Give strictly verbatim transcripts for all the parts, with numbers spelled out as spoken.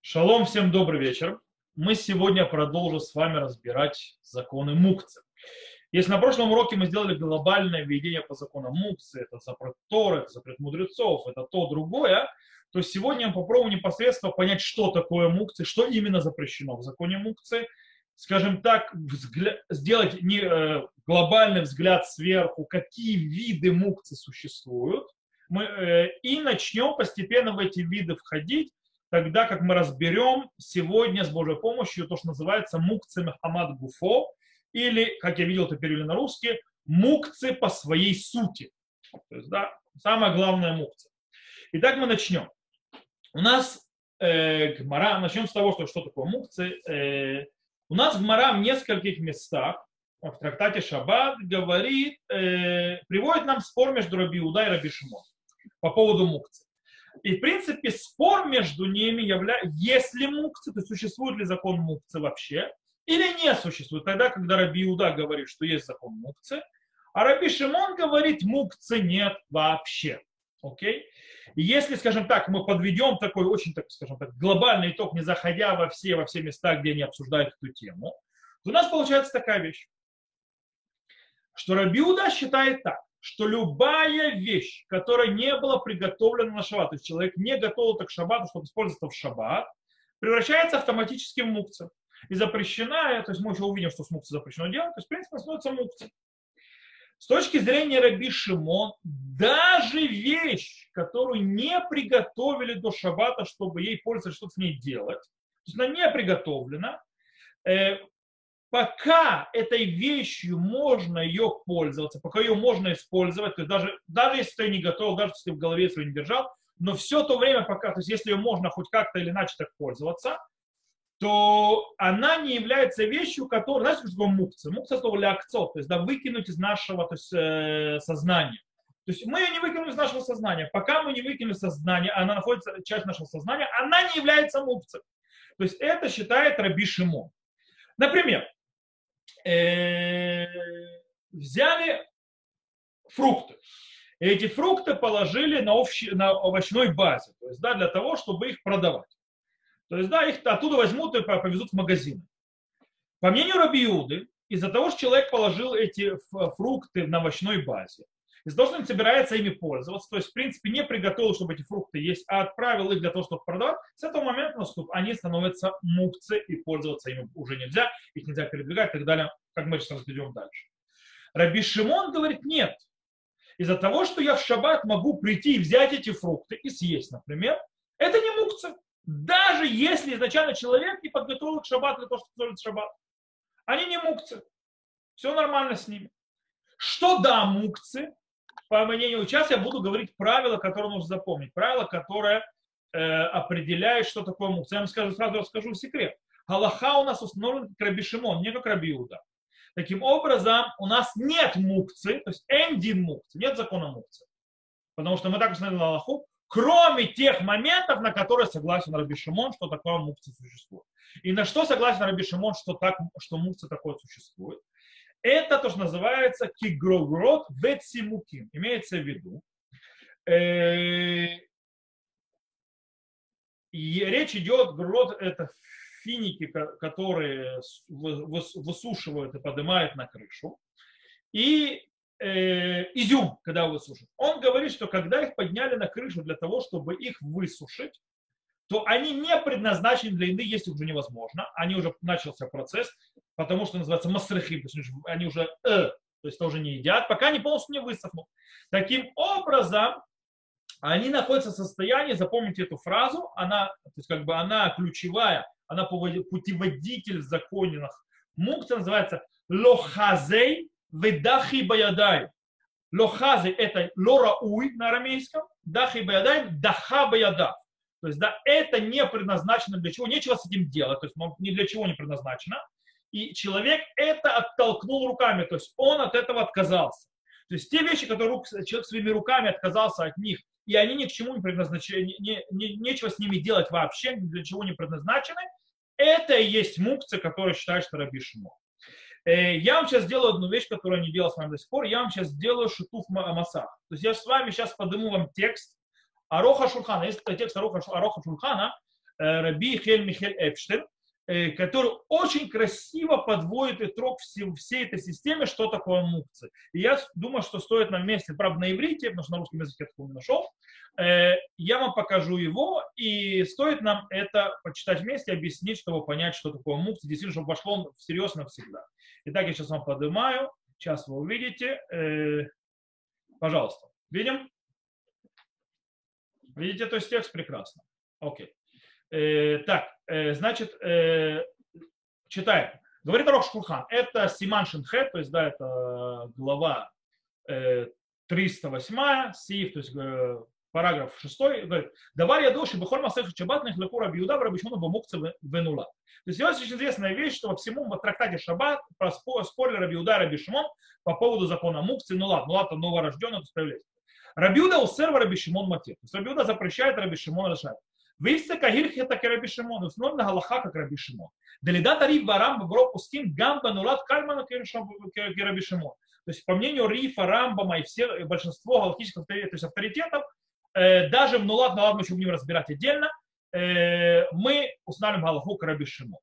Шалом, всем добрый вечер. Мы сегодня продолжим с вами разбирать законы мукцы. Если на прошлом уроке мы сделали глобальное введение по законам мукцы, это запрет Торы, это запрет мудрецов, это то, другое, то сегодня мы попробуем непосредственно понять, что такое мукцы, что именно запрещено в законе мукцы. Скажем так, взгля... сделать не, э, глобальный взгляд сверху, какие виды мукцы существуют. Мы, э, и начнем постепенно в эти виды входить, тогда как мы разберем сегодня с Божьей помощью то, что называется мукцы Мехамад Гуфо, или, как я видел, это перевели на русский, мукцы по своей сути. То есть, да, самое главное мукцы. Итак, мы начнем. У нас э, Гмара, начнем с того, что, что такое мукцы. Э, у нас Гмара в нескольких местах в трактате Шаббат говорит, э, приводит нам спор между Раби Иуда и Раби Шимон по поводу мукцы. И, в принципе, спор между ними является, есть ли мукцы, то есть существует ли закон мукцы вообще, или не существует. Тогда, когда Раби Иуда говорит, что есть закон мукцы, а Раби Шимон говорит, мукцы нет вообще. Окей? И если, скажем так, мы подведем такой очень, так, скажем так, глобальный итог, не заходя во все, во все места, где они обсуждают эту тему, то у нас получается такая вещь, что Раби Иуда считает так, что любая вещь, которая не была приготовлена на шаббат, то есть человек не готовил так к шаббату, чтобы использовать это в шаббат, превращается автоматически в мукцы. И запрещена, то есть мы еще увидим, что с мукцы запрещено делать, то есть в принципе становится мукцы. С точки зрения Раби Шимон, даже вещь, которую не приготовили до шаббата, чтобы ей пользоваться, что-то с ней делать, то есть она не приготовлена, э, пока этой вещью можно ее пользоваться, пока ее можно использовать, то есть даже, даже если ты не готов, даже если ты в голове свою не держал, но все то время, пока, то есть если ее можно хоть как-то или иначе так пользоваться, то она не является вещью, которая, знаете, что такое мукция? Мукция это лякцот, то есть да, выкинуть из нашего то есть, э, сознания. То есть мы ее не выкинули из нашего сознания. Пока мы не выкинули сознание, она находится часть нашего сознания, она не является мукцией. То есть это считает Раби Шимон. Например, э, взяли фрукты. И эти фрукты положили на, овощ... на овощной базе, то есть да, для того, чтобы их продавать. То есть, да, их оттуда возьмут и повезут в магазины. По мнению Раби Иуды, из-за того, что человек положил эти фрукты на овощной базе, из-за того, что он собирается ими пользоваться, то есть, в принципе, не приготовил, чтобы эти фрукты есть, а отправил их для того, чтобы продавать, с этого момента наступ, они становятся мукцы, и пользоваться ими уже нельзя, их нельзя передвигать и так далее, как мы сейчас разберем дальше. Раби Шимон говорит, нет. Из-за того, что я в шаббат могу прийти и взять эти фрукты и съесть, например, это не мукцы. Даже если изначально человек не подготовил к шаббату для того, чтобы служить шаббат. Они не мукцы. Все нормально с ними. Что да, мукцы, по мнению, сейчас я буду говорить правила, которые нужно запомнить. Правила, которые э, определяют, что такое мукцы. Я вам скажу, сразу расскажу секрет. Галаха у нас установлен как Раби Шимон, не как Раби Иуда. Таким образом, у нас нет мукцы, то есть эндин мукцы, нет закона мукцы. Потому что мы так установили на Галаху, кроме тех моментов, на которые согласен Раби Шимон, что такое мукция существует. И на что согласен Раби Шимон, что, так, что мукция такое существует. Это то, что называется кигрогрот ветсимуким. Имеется в виду. Э, и речь идет, грот это финики, которые высушивают и поднимают на крышу. И изюм, когда высушат. Он говорит, что когда их подняли на крышу для того, чтобы их высушить, то они не предназначены для еды, есть уже невозможно. Они уже начался процесс, потому что называется масрахим, то есть они уже э, то есть тоже не едят, пока они полностью не высохнут. Таким образом, они находятся в состоянии, запомните эту фразу, она, то есть как бы она ключевая, она путеводитель в законах мукция, называется лохазей ведахи баядай. Лохазы это лорауй на арамейском, дахи баядай, даха баяда. То есть, да, это не предназначено для чего, нечего с этим делать, то есть ни для чего не предназначено. И человек это оттолкнул руками, то есть он от этого отказался. То есть те вещи, которые человек своими руками отказался от них, и они ни к чему не предназначены, не, не, нечего с ними делать вообще, ни для чего не предназначены, это и есть мукция, которая считает, что Раби Шимон. Я вам сейчас сделаю одну вещь, которую я не делал с вами до сих пор. Я вам сейчас сделаю шитуф масах. То есть я с вами сейчас подниму вам текст Ароха Шульхана. Есть текст Ароха, Ароха Шульхана, Раби Хель Михель Эпштейн, который очень красиво подводит итог всей этой системе, что такое мукцы. И я думаю, что стоит нам вместе, правда, на иврите, потому что на русском языке я такого не нашел, я вам покажу его, и стоит нам это почитать вместе, объяснить, чтобы понять, что такое мукцы, действительно, чтобы пошло всерьез навсегда. Итак, я сейчас вам поднимаю, сейчас вы увидите. Пожалуйста, видим? Видите, то есть текст прекрасно. Окей. Э, так, э, значит, э, читаем. Говорит Арух Шульхан, это Симан Шинхет, то есть, да, это глава э, триста восемь, Сииф, то есть э, параграф шесть, говорит, давай я души, бихоль масехет шаббат, нехлеку раби Юда, раби Шимон, бамукце венула. То есть, есть очень известная вещь, что во всему в трактате Шаббат спорили раби Юда, раби Шимон по поводу закона мукцы, ну ладно, ну ладно, новорожденный, то есть появляется. Раби Юда усерва раби Шимон матир. То есть раби Юда запрещает, раби Шимон разрешает. Вивсе кагирхи так и раби Шимон. Установлена галаха как раби Шимон. Далида тариф варамба бро пустим гамба нулат кальмана как раби Шимон. То есть по мнению Рифа, Рамбама и все, большинство галактических авторитетов, э, даже в нулат, нулат мы еще будем разбирать отдельно, э, мы устанавливаем галаху как раби Шимон.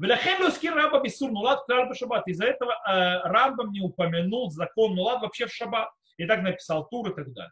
Из-за этого э, Рамбам не упомянул закон нулат вообще в шаббат. И так написал Тур и так далее.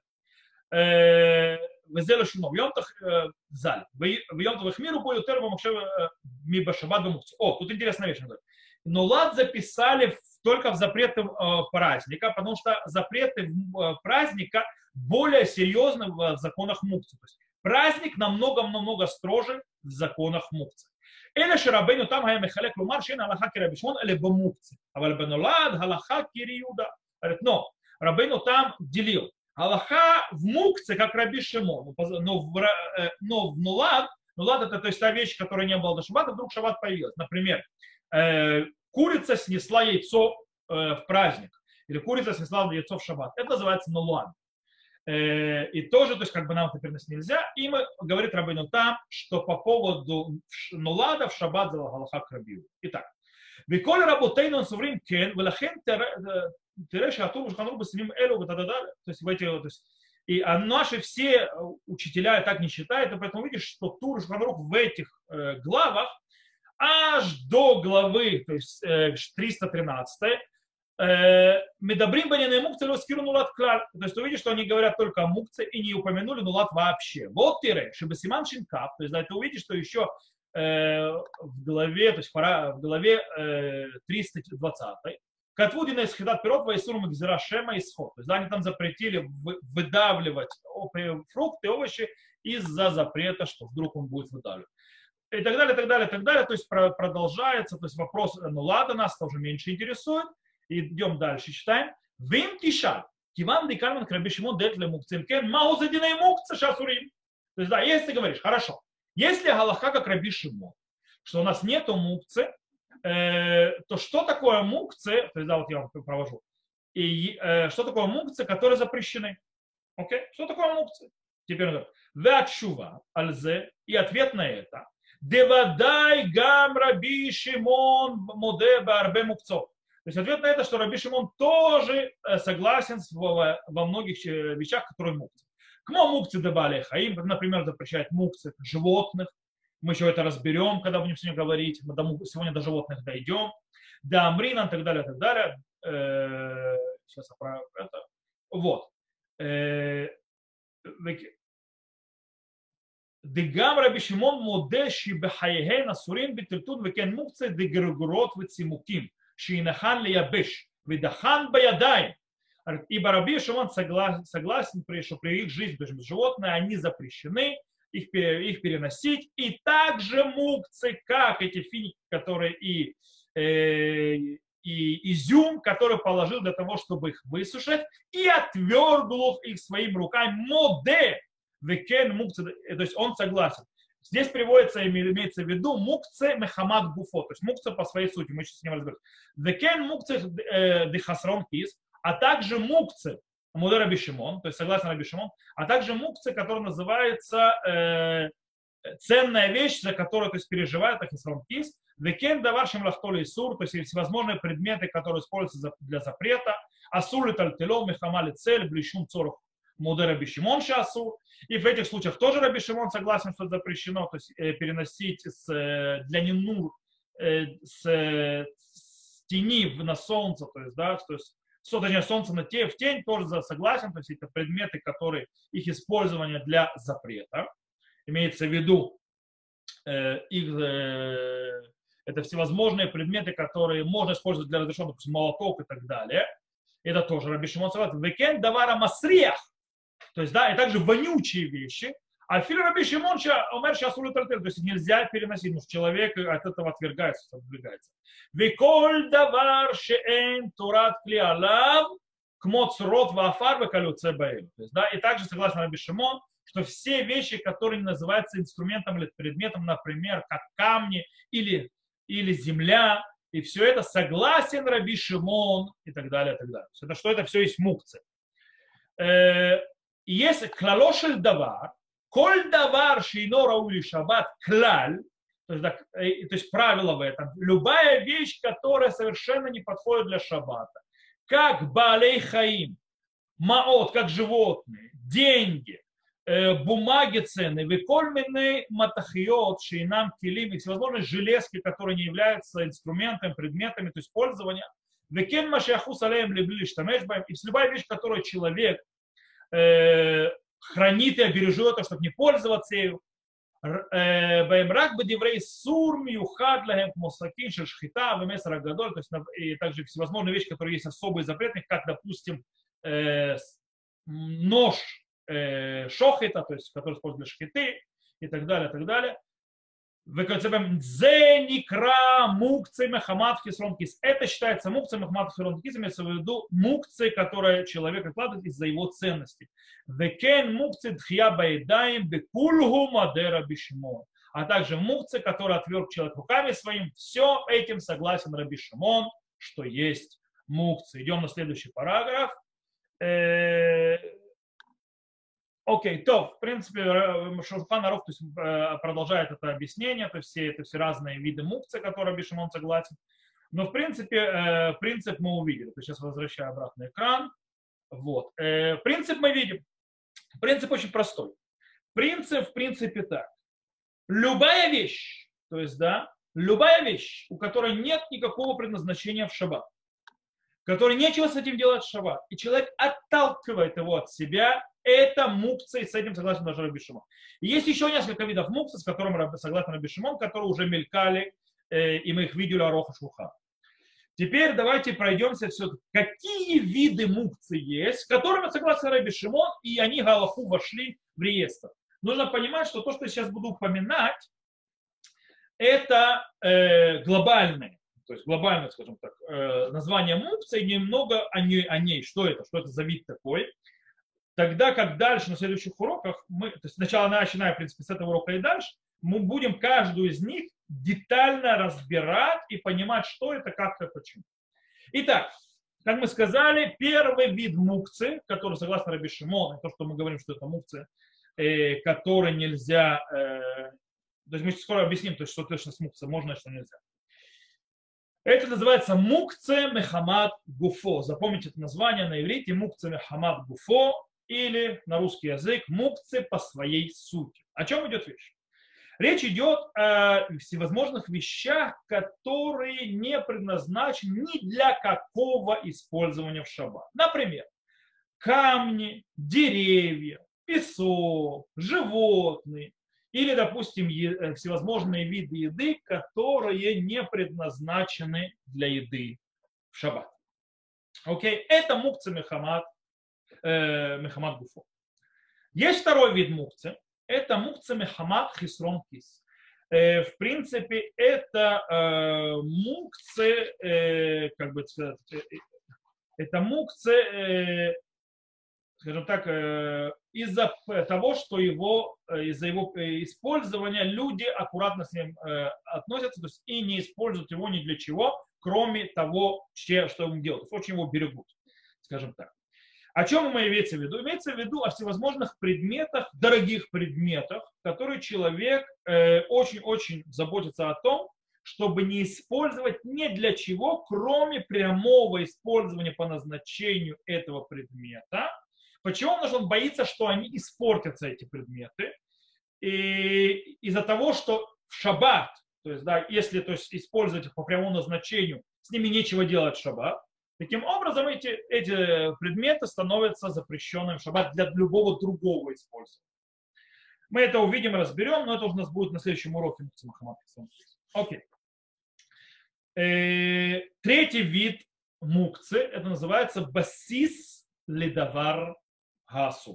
Везело шуно. В Йомтах заль. В Йомтах их миру будет тербо мокшева миба шаббат бамукци. О, тут интересная вещь. Но лад записали только в запреты праздника, потому что запреты праздника более серьезны в законах мукцы. То есть праздник намного-намного строже в законах мукцы. Или шарабейну там гая мехалек лумар шейна алаха кираби Шимон или бамукцы. А вальбенолад галаха кири Юда. Но Рабейну там делил. Аллаха в мукце, как раби Шимон, но в, но в нулад, нулад это то есть та вещь, которая не была до шаббата, вдруг шаббат появилась. Например, э, курица снесла яйцо э, в праздник, или курица снесла яйцо в шаббат. Это называется нулад. Э, и тоже, то есть как бы нам это переносить нельзя. И мы, говорит Рабейну там, что по поводу нулада в шаббат за Аллаха к рабию. Итак. Виколь работейну суврим кен, велахен тереша ату шханур басилим элу ватададаль. То есть в эти, то есть и а наши все учителя так не считают, и поэтому видишь, что Тур Шханрух в этих э, главах аж до главы, то есть э, триста тринадцать, медабрим баняне мукце лоскиру нулат клаль. То есть ты видишь, что они говорят только о мукце и не упомянули нулат вообще. Вот тире, шибасиман шинкав, то есть да, ты увидишь, что еще в главе, то есть в главе триста двадцать, Катвудина из Хидат Пирот Вайсурма Гзира Шема исход. То есть да, они там запретили выдавливать фрукты, овощи из-за запрета, что вдруг он будет выдавливать. И так далее, так далее, так далее. То есть продолжается, то есть вопрос, ну ладно, нас тоже меньше интересует. Идем дальше, читаем. Вим тишаль. Киван дикарман краби Шимон дет ле мукцинкен маузадинай мукца шасурим. То есть да, если ты говоришь, хорошо, если галаха как раби Шимон, что у нас нету мукцы, э, то что такое мукцы, то есть да, вот я вам провожу, и э, что такое мукцы, которые запрещены? Окей? Что такое мукцы? Теперь он говорит, веатшува альзе, и ответ на это, девадай гам раби Шимон моде барбе мукцов. То есть ответ на это, что раби Шимон тоже согласен во, во многих вещах, которые мукцы. Кмо мукцы дебали хаим, например, запрещает мукцы животных. Мы еще это разберем, когда будем сегодня говорить. Мы сегодня до животных дойдем. Да, амрина и так далее, и так далее. Э, сейчас я про это. Вот. Дегам раби Шимон модеши бехаехен асурин битертун векен мукцы дегергурот вецимуким. Шинахан лиябеш. Видахан баядаем. Ибо раби Шимон согласен, согласен, что при их жизни, то есть животные, они запрещены, их, их переносить. И также мукцы, как эти финики, которые и, э, и изюм, который положил для того, чтобы их высушить, и отвергнул их своими руками. Моде векен мукцы, то есть он согласен. Здесь приводится, имеется в виду мукце мехамад гуфо, то есть мукце по своей сути, мы сейчас с ним разберемся. Векен мукце дехасрон кис, а также мукцы, муде раби Шимон, то есть согласно раби Шимон, а также мукцы, который называется э, ценная вещь, за которую то есть, переживает ахисрон кис, векен давар шемлахтоли сур, то есть всевозможные предметы, которые используются для запрета, асур литальтело мехамали цель, блишум цорох Муде Раби Шимон шасу. И в этих случаях тоже Раби Шимон согласен, что это запрещено, то есть э, переносить с, э, для ненур э, с, э, с тени в- на солнце, то есть, да, то есть, со, точнее, солнце на те, в тень тоже за- согласен, то есть это предметы, которые, их использование для запрета, имеется в виду, э, их, э, это всевозможные предметы, которые можно использовать для разрешенных, допустим, молоток и так далее. Это тоже Раби Шимон согласен. Векен давара масриях, то есть, да, и также вонючие вещи. А фильм Раби Шимон умер сейчас улетел, то есть нельзя переносить, потому что человек от этого отвергается, отвергается. Веколь давар шеэн турат клиалав кмоц рот вафар векалюце бэйл. То есть, да, и также согласно Раби Шимон, что все вещи, которые называются инструментом или предметом, например, как камни или, или земля, и все это согласен Раби Шимон и так далее, и так далее. Это что это все есть мукцы. Есть клалошель давар, коль давар шейно раули шаббат клаль, то есть, то есть правило в этом, любая вещь, которая совершенно не подходит для шаббата, как балей хаим, маот, как животные, деньги, бумаги ценные, векольменные матахиот, шейнам килим, и всевозможные железки, которые не являются инструментами, предметами, то есть пользования, векен машиахус алеем либли штамешбаем, и любая вещь, которую человек хранит и обережет, чтобы не пользоваться ею. Баймрак бадиврей сур миюхад лахем мосакин шельшхита вемесар агадоль, то есть и также всевозможные вещи, которые есть особые запретные, как, допустим, нож шохита, то есть который используют для шхиты и так далее, и так далее. Зеникра мукцы мехамат хисронкис. Это считается мукцы мехамат хисронкис, имеется в виду мукцы, которые человек откладывает из-за его ценности. Векен мукцы дхия байдаем бекульгу мадера бишимон. А также мукцы, которые отверг человек руками своим. Все этим согласен Раби Шимон, что есть мукцы. Идем на следующий параграф. Окей, okay, то, в принципе, Шулхан Арух то есть, продолжает это объяснение, то есть все, это все разные виды мукцы, которые Раби Шимон согласен. Но, в принципе, принцип мы увидели. То есть сейчас возвращаю обратно экран. Вот. Принцип мы видим. Принцип очень простой. Принцип, в принципе, так. Любая вещь, то есть, да, любая вещь, у которой нет никакого предназначения в шаббат, который нечего с этим делать в шаббат, и человек отталкивает его от себя, это мукцы, и с этим согласен даже Раби Шимон. И есть еще несколько видов мукцы, с которыми согласен Раби Шимон, которые уже мелькали, э, и мы их видели Аруха Шулхан. Теперь давайте пройдемся все-таки, какие виды мукцы есть, с которыми согласен Раби Шимон, и они галаху вошли в реестр. Нужно понимать, что то, что я сейчас буду упоминать, это э, глобальные. То есть глобальное, скажем так, название мукцы и немного о ней, о ней, что это, что это за вид такой. Тогда как дальше на следующих уроках, мы, то есть сначала начиная, в принципе, с этого урока и дальше, мы будем каждую из них детально разбирать и понимать, что это, как это, почему. Итак, как мы сказали, первый вид мукцы, который, согласно Раби Шимону, то, что мы говорим, что это мукцы, э, который нельзя, э, то есть мы скоро объясним, то есть, что точно с мукцей можно, а что нельзя. Это называется мукце мехамад гуфо. Запомните это название на иврите мукце мехамад гуфо или на русский язык мукце по своей сути. О чем идет речь? Речь идет о всевозможных вещах, которые не предназначены ни для какого использования в шаббат. Например, камни, деревья, песок, животные. Или, допустим, всевозможные виды еды, которые не предназначены для еды в шаббат. Окей, это мукцы мехамад, э, мехамад гуфо. Есть второй вид мукцы, это мукцы мехамад хисрон кис. Э, в принципе, это э, мукцы, э, как бы сказать, э, это мукцы, э, скажем так, из-за того, что его, из-за его использования люди аккуратно с ним относятся, то есть и не используют его ни для чего, кроме того, что ему делают. То есть очень его берегут, скажем так. О чем мы имеется в виду? Имеется в виду о всевозможных предметах, дорогих предметах, которые человек очень-очень заботится о том, чтобы не использовать ни для чего, кроме прямого использования по назначению этого предмета, Почему? Потому что он боится, что они испортятся, эти предметы. И из-за того, что в шаббат, то есть, да, если то есть, использовать их по прямому назначению, с ними нечего делать в шаббат, таким образом эти, эти предметы становятся запрещенными в шаббат для любого другого использования. Мы это увидим, разберем, но это уже у нас будет на следующем уроке. Окей. Э, третий вид мукцы, это называется басис ледавар гасу.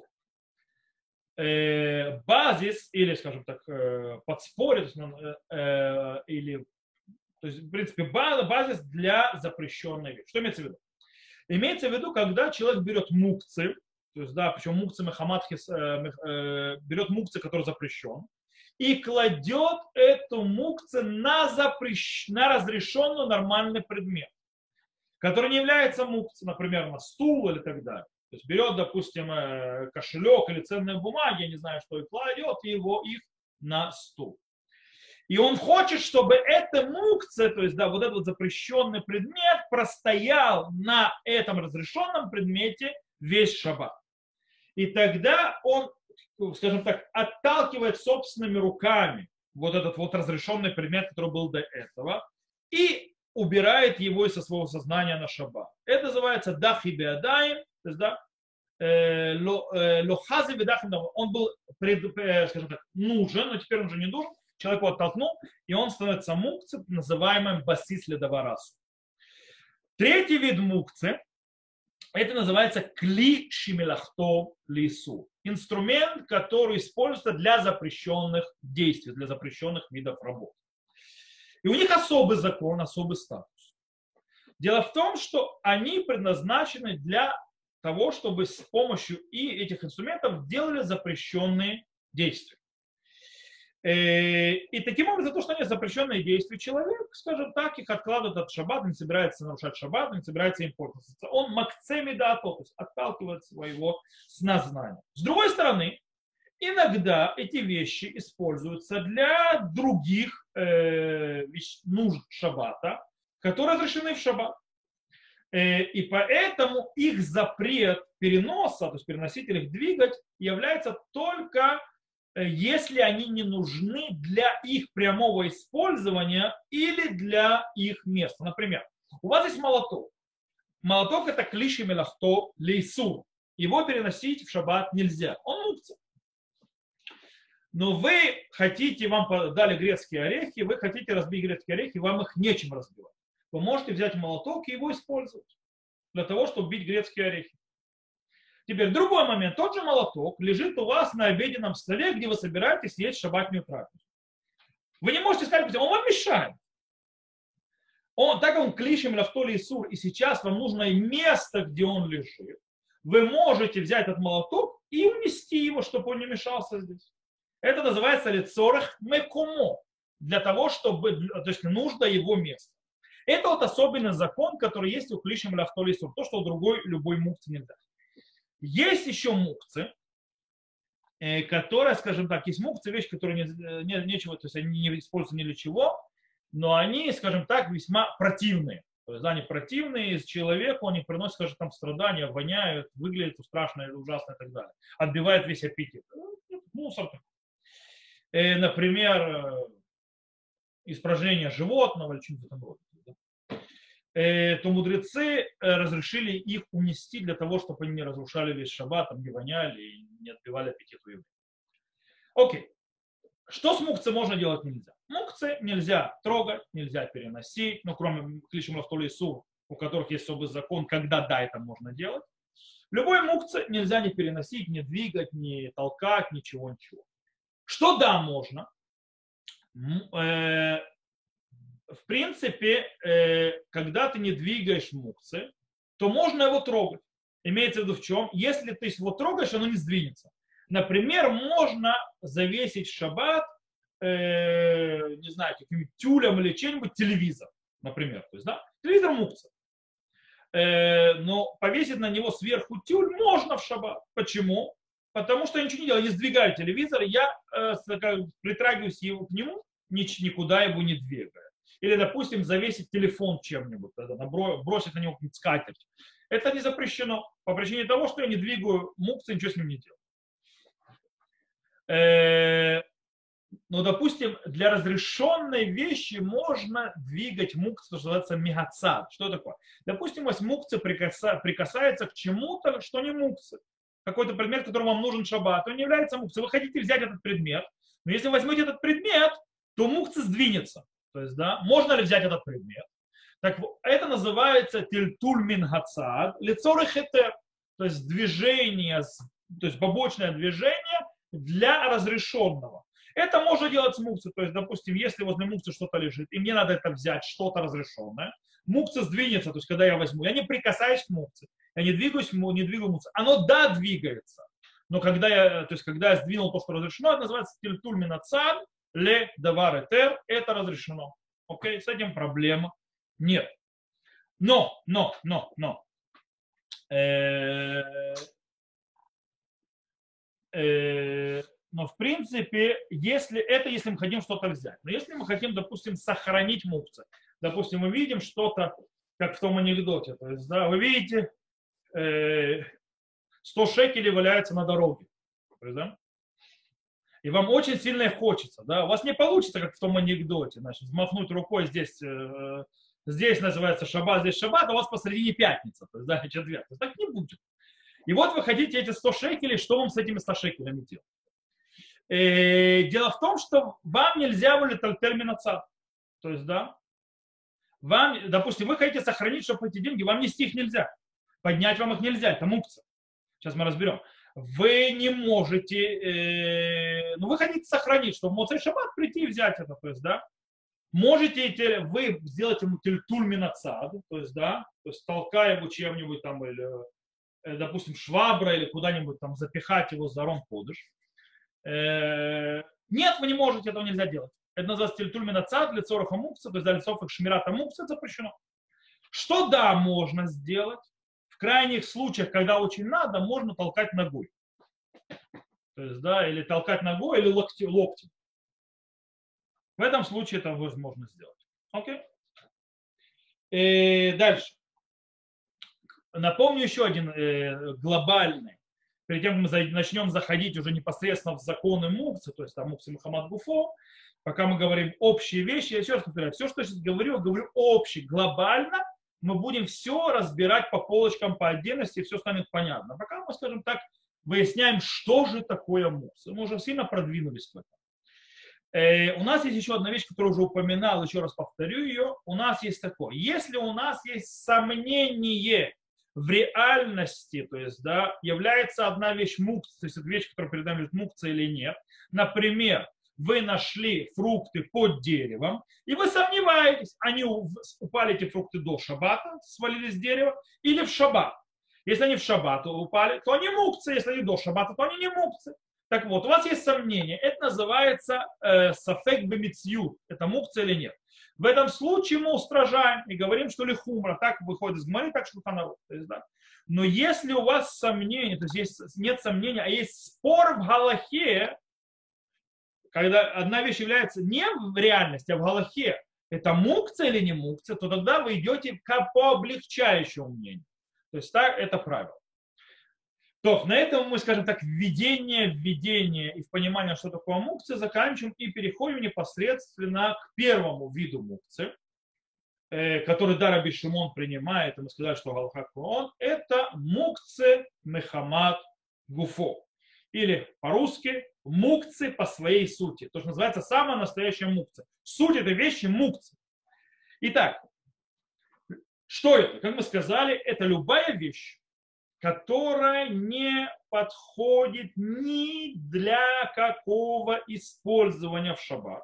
Э, базис, или, скажем так, э, подспорье, э, или, то есть, в принципе, базис для запрещенной вещи. Что имеется в виду? Имеется в виду, когда человек берет мукцы, то есть, да, причем мукцы мехаматхис, э, э, берет мукцы, который запрещен, и кладет эту мукцы на, запрещ... на разрешенный нормальный предмет, который не является мукцей, например, на стул или так далее. То есть берет, допустим, кошелек или ценные бумаги, я не знаю, что, и кладет его их на стул. И он хочет, чтобы эта мукция, то есть, да, вот этот вот запрещенный предмет простоял на этом разрешенном предмете весь шаббат. И тогда он, скажем так, отталкивает собственными руками вот этот вот разрешенный предмет, который был до этого, и убирает его из своего сознания на шаббат. Это называется дахи беадаим, то есть, да, лохази бедахим, он был, скажем так, нужен, но теперь он уже не нужен, человек его оттолкнул, и он становится мукцей, называемым басис ледаварасу. Третий вид мукцы, это называется кли шимелахто лису. Инструмент, который используется для запрещенных действий, для запрещенных видов работ. И у них особый закон, особый статус. Дело в том, что они предназначены для того, чтобы с помощью и этих инструментов делали запрещенные действия. И таким образом, то, что они запрещенные действия, человек, скажем так, их откладывает от шаббата, не собирается нарушать шаббат, не собирается им пользоваться. Он макцеми дато, то есть отталкивает своего снознания. С другой стороны, иногда эти вещи используются для других э, нужд шаббата, которые разрешены в шаббат. Э, и поэтому их запрет переноса, то есть переносить или их двигать, является только если они не нужны для их прямого использования или для их места. Например, у вас есть молоток. Молоток это клиши мелахто лейсур. Его переносить в шаббат нельзя. Он мукция. Но вы хотите, вам дали грецкие орехи, вы хотите разбить грецкие орехи, вам их нечем разбивать. Вы можете взять молоток и его использовать для того, чтобы бить грецкие орехи. Теперь другой момент. Тот же молоток лежит у вас на обеденном столе, где вы собираетесь есть шаббатную трапезу. Вы не можете сказать, он вам мешает. Он, так как он клишем лафтоли и сур, и сейчас вам нужно место, где он лежит, вы можете взять этот молоток и унести его, чтобы он не мешался здесь. Это называется лицорах мекумо, для того, чтобы, то есть нужно его место. Это вот особенный закон, который есть у клишем лафтоли и сур, то, что у другой любой мукцы нельзя. Есть еще мукцы, которая, скажем так, есть мукцы, вещи, которые не, не, нечего, то есть они не используются ни для чего, но они, скажем так, весьма противные. То есть они противные человеку, они приносят, скажем, там страдания, воняют, выглядят страшно, ужасно и так далее. Отбивают весь аппетит. Мусор такой. Например, испражнение животного или что-то в этом роде. То мудрецы разрешили их унести для того, чтобы они не разрушали весь шаббат, там не воняли и не отбивали аппетит у евреев. Окей. Что с мукцей можно делать нельзя? Мукцы нельзя трогать, нельзя переносить, ну, кроме клишем лафтоли сур, у которых есть особый закон, когда да, это можно делать. Любой мукцы нельзя не переносить, не двигать, не толкать, ничего, ничего. Что да, можно? В принципе, когда ты не двигаешь мукцы, то можно его трогать. Имеется в виду в чем? Если ты его трогаешь, оно не сдвинется. Например, можно завесить в шаббат, э, не знаю, каким-нибудь тюлем или чем-нибудь телевизор, например. То есть, да, телевизор мукца. Э, но повесить на него сверху тюль можно в шаббат. Почему? Потому что я ничего не делаю, я не сдвигаю телевизор, я э, притрагиваюсь его к нему, никуда его не двигаю. Или, допустим, завесить телефон чем-нибудь, бросить на него скатерть. Это не запрещено по причине того, что я не двигаю мукцы, ничего с ним не делаю. Но, допустим, для разрешенной вещи можно двигать мукцы, что называется мегацад. Что такое? Допустим, если мукцы прикаса, прикасается к чему-то, что не мукцы. Какой-то предмет, который вам нужен шаббат, он не является мукцей. Вы хотите взять этот предмет, но если возьмете этот предмет, то мукцы сдвинется. То есть, да, можно ли взять этот предмет? Так это называется тильтуль мин гацад, лицоры хетер, то есть движение, то есть побочное движение для разрешенного. Это можно делать с мукцей. То есть, допустим, если возле мукцы что-то лежит, и мне надо это взять, что-то разрешенное, мукца сдвинется, то есть, когда я возьму, я не прикасаюсь к мукце, я не двигаюсь, не двигаю мукцу. Оно, да, двигается. Но когда я, то есть, когда я сдвинул то, что разрешено, это называется тильтуль мин гацад, ле давар этер, это разрешено. Окей, с этим проблема нет. Но, но, но, но. Э, э, но в принципе, если это, если мы хотим что-то взять. Но если мы хотим, допустим, сохранить мукцы, допустим, мы видим что-то, как в том анекдоте, то есть, да, вы видите, э, сто шекелей валяется на дороге. То есть, да? И вам очень сильно их хочется. Да? У вас не получится, как в том анекдоте, значит, взмахнуть рукой здесь, э, здесь называется шаббат, здесь шаббат, а у вас посередине пятница, то есть, да, четверг. То есть, так не будет. И вот вы хотите эти сто шекелей, что вам с этими ста шекелями делать? Э, дело в том, что вам нельзя вылетать термин отца. То есть, да, вам, допустим, вы хотите сохранить, чтобы эти деньги, вам нести их нельзя. Поднять вам их нельзя, это мукция. Сейчас мы разберем. Вы не можете, э, ну вы хотите сохранить, чтобы в Моцей Шаббат прийти и взять это, то есть, да. Можете вы сделать ему тильтуль мин гацад, то есть, да, то есть толкая его чем-нибудь там, или, допустим, швабра, или куда-нибудь там запихать его за ром подыш. Нет, вы не можете, этого нельзя делать. Это называется тильтуль мин гацад, лицораха мукца, то есть для лицов шмирата мукца это запрещено. Что да, можно сделать? В крайних случаях, когда очень надо, можно толкать ногой. То есть, да, или толкать ногой, или локти, локтем. В этом случае это возможно сделать. Окей? И дальше. Напомню еще один э, глобальный. Перед тем, как мы начнем заходить уже непосредственно в законы мукцы, то есть там мукцы Мухаммад Гуфо, пока мы говорим общие вещи, я еще раз повторяю, все, что я сейчас говорю, я говорю общий, глобально, мы будем все разбирать по полочкам, по отдельности, и все станет понятно. Пока мы, скажем так, выясняем, что же такое мукцы. Мы уже сильно продвинулись в этом. Э, у нас есть еще одна вещь, которую уже упоминал, еще раз повторю ее. У нас есть такое. Если у нас есть сомнение в реальности, то есть, да, является одна вещь мукция, то есть это вещь, которая перед нами лежит, мукция или нет. Например, вы нашли фрукты под деревом, и вы сомневаетесь, они упали эти фрукты до шаббата, свалились с дерева, или в шаббат. Если они в шаббат упали, то они мукцы, если они до шаббата, то они не мукцы. Так вот, у вас есть сомнение, это называется э, сафек бемицью, это мукция или нет. В этом случае мы устражаем и говорим, что ли хумра, так выходит из Гмары, так что ханару. Да? Но если у вас сомнение, то есть, есть нет сомнения, а есть спор в галахе, когда одна вещь является не в реальности, а в галахе, это мукция или не мукция, то тогда вы идете по облегчающему мнению. То есть так это правило. То, на этом мы, скажем так, введение, введение и в понимание, что такое мукция, заканчиваем и переходим непосредственно к первому виду мукции, который да, Раби Шимон принимает, и мы сказали, что галаха он, это мукция мехамат гуфо. Или по-русски мукцы по своей сути. То, что называется самая настоящая мукция. Суть этой вещи мукция. Итак, что это? Как мы сказали, это любая вещь, которая не подходит ни для какого использования в шаббат.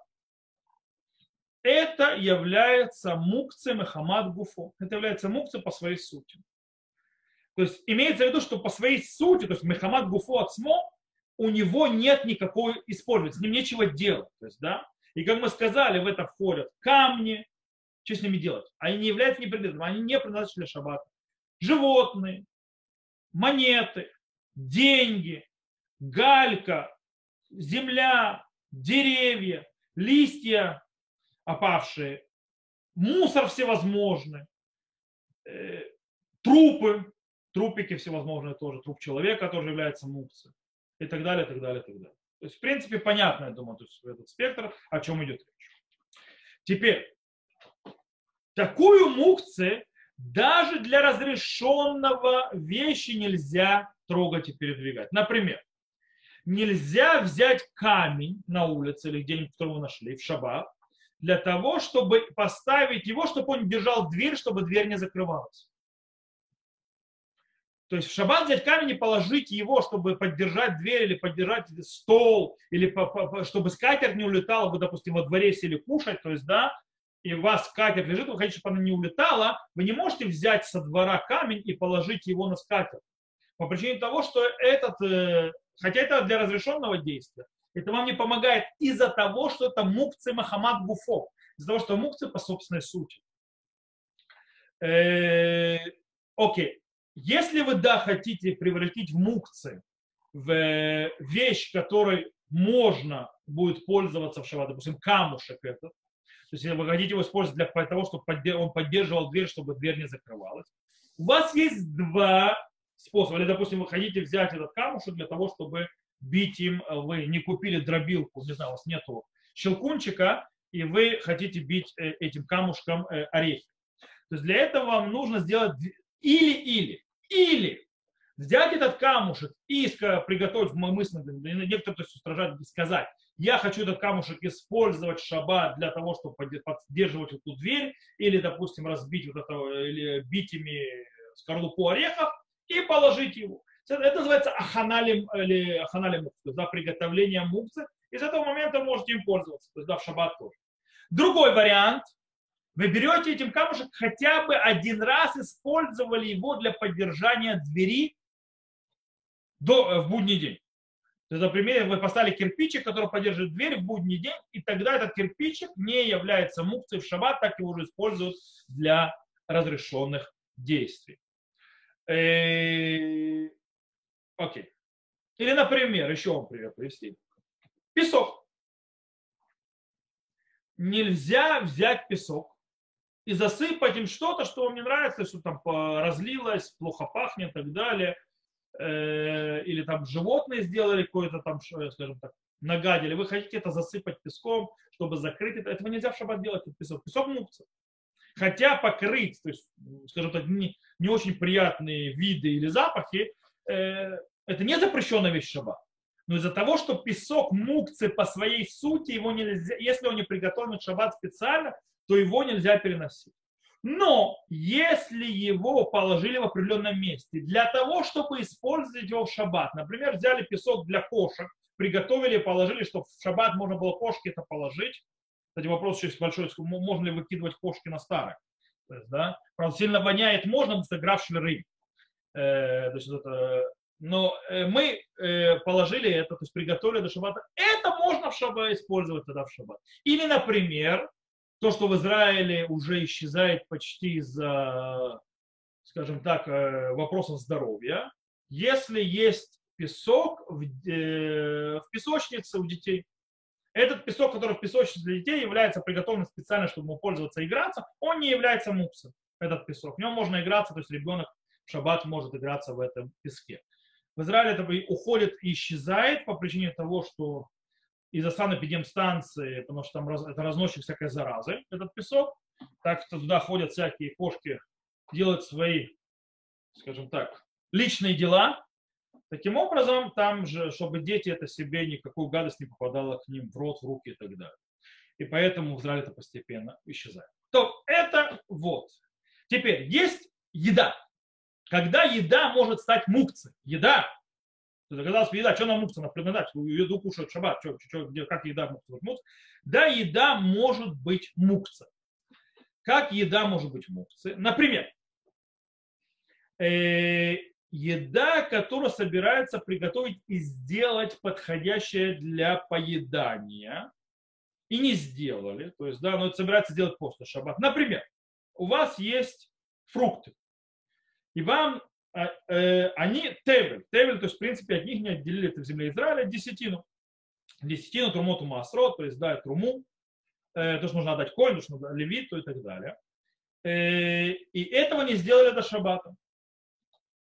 Это является мукцией мехамат гуфо. Это является мукцией по своей сути. То есть имеется в виду, что по своей сути, то есть мехамат гуфо отсмо, у него нет никакой использования, с ним нечего делать. То есть, да? И как мы сказали, в это входят камни, что с ними делать? Они не являются непредметными, они не предназначены для шаббата. Животные, монеты, деньги, галька, земля, деревья, листья опавшие, мусор всевозможный, трупы, трупики всевозможные тоже, труп человека тоже является мукцией и так далее, и так далее, и так далее. То есть, в принципе, понятно, я думаю, то есть этот спектр, о чем идет речь. Теперь, такую мукцию даже для разрешенного вещи нельзя трогать и передвигать. Например, нельзя взять камень на улице или где-нибудь, который вы нашли, в шаббат, для того, чтобы поставить его, чтобы он держал дверь, чтобы дверь не закрывалась. То есть в шаббат взять камень и положить его, чтобы поддержать дверь или поддержать стол, или чтобы скатерть не улетала, вы, допустим, во дворе сели кушать, то есть, да, и у вас скатерть лежит, вы хотите, чтобы она не улетала, вы не можете взять со двора камень и положить его на скатерть. По причине того, что этот, хотя это для разрешенного действия, это вам не помогает из-за того, что это мукцы Махамад Гуфо, из-за того, что мукцы по собственной сути. Окей. Если вы, да, хотите превратить в мукцы, в вещь, которой можно будет пользоваться в шаббат, допустим, камушек этот, то есть если вы хотите его использовать для того, чтобы он поддерживал дверь, чтобы дверь не закрывалась, у вас есть два способа. Или, допустим, вы хотите взять этот камушек для того, чтобы бить им, вы не купили дробилку, не знаю, у вас нету щелкунчика, и вы хотите бить этим камушком орехи. То есть для этого вам нужно сделать или-или, или взять этот камушек и приготовить мысленно, некоторые то есть устражать, сказать, я хочу этот камушек использовать в шаббат для того, чтобы поддерживать эту дверь, или, допустим, разбить вот это, или бить ими скорлупу орехов и положить его. Это называется аханалим, или аханалим, то есть, да, приготовление мукцы, и с этого момента вы можете им пользоваться, то есть, да, в шаббат тоже. Другой вариант. Вы берете этим камушек, хотя бы один раз использовали его для поддержания двери до, в будний день. То есть, например, вы поставили кирпичик, который поддерживает дверь в будний день, и тогда этот кирпичик не является мукцией в шаббат, так его уже используют для разрешенных действий. Окей. Или, например, еще вам пример привести. Песок. Нельзя взять песок и засыпать им что-то, что вам не нравится, что там разлилось, плохо пахнет и так далее. Или там животные сделали какое-то там, скажем так, нагадили. Вы хотите это засыпать песком, чтобы закрыть это. Этого нельзя в шаббат делать, этот песок. Песок мукция. Хотя покрыть, то есть, скажем так, не, не очень приятные виды или запахи, э, это не запрещенная вещь в шаббат. Но из-за того, что песок мукцы по своей сути, его нельзя, если он не приготовлен в шаббат специально, то его нельзя переносить. Но если его положили в определенном месте, для того, чтобы использовать его в шаббат, например, взяли песок для кошек, приготовили и положили, чтобы в шаббат можно было кошке это положить. Кстати, вопрос еще большой, можно ли выкидывать кошки на старые. То есть, да, правда, сильно воняет, можно, потому что граф шлеры. Э, то есть, это, но э, мы э, положили это, то есть приготовили до шаббата. Это можно в шаббат использовать тогда в шаббат. Или, например, то, что в Израиле уже исчезает почти из-за, скажем так, вопросов здоровья. Если есть песок в, э, в песочнице у детей, этот песок, который в песочнице для детей, является приготовлен специально, чтобы ему пользоваться и играться, он не является муксом, этот песок. В нем можно играться, то есть ребенок в шаббат может играться в этом песке. В Израиле это уходит и исчезает по причине того, что из-за санэпидемстанции, потому что там раз, это разносчик всякой заразы, этот песок, так что туда ходят всякие кошки, делают свои, скажем так, личные дела. Таким образом, там же, чтобы дети это себе никакую гадость не попадала к ним в рот, в руки и так далее. И поэтому в Израиле это постепенно исчезает. То это вот. Теперь есть еда. Когда еда может стать мукцией? Еда. Казалось бы, еда, что нам мукция напоминать? Еду кушают в шаббат, что, что, где, как еда может быть мукция? Да, еда может быть мукция. Как еда может быть мукция? Например, э, еда, которую собирается приготовить и сделать подходящее для поедания, и не сделали, то есть, да, но это собирается делать после шаббат. Например, у вас есть фрукты, и вам они тевель, тевель, то есть в принципе от них не отделили это в земле Израиля десятину, десятину трумоту маасрот, то есть да, труму, то, что нужно отдать коину, то, что нужно левиту и так далее. И этого не сделали до шаббата.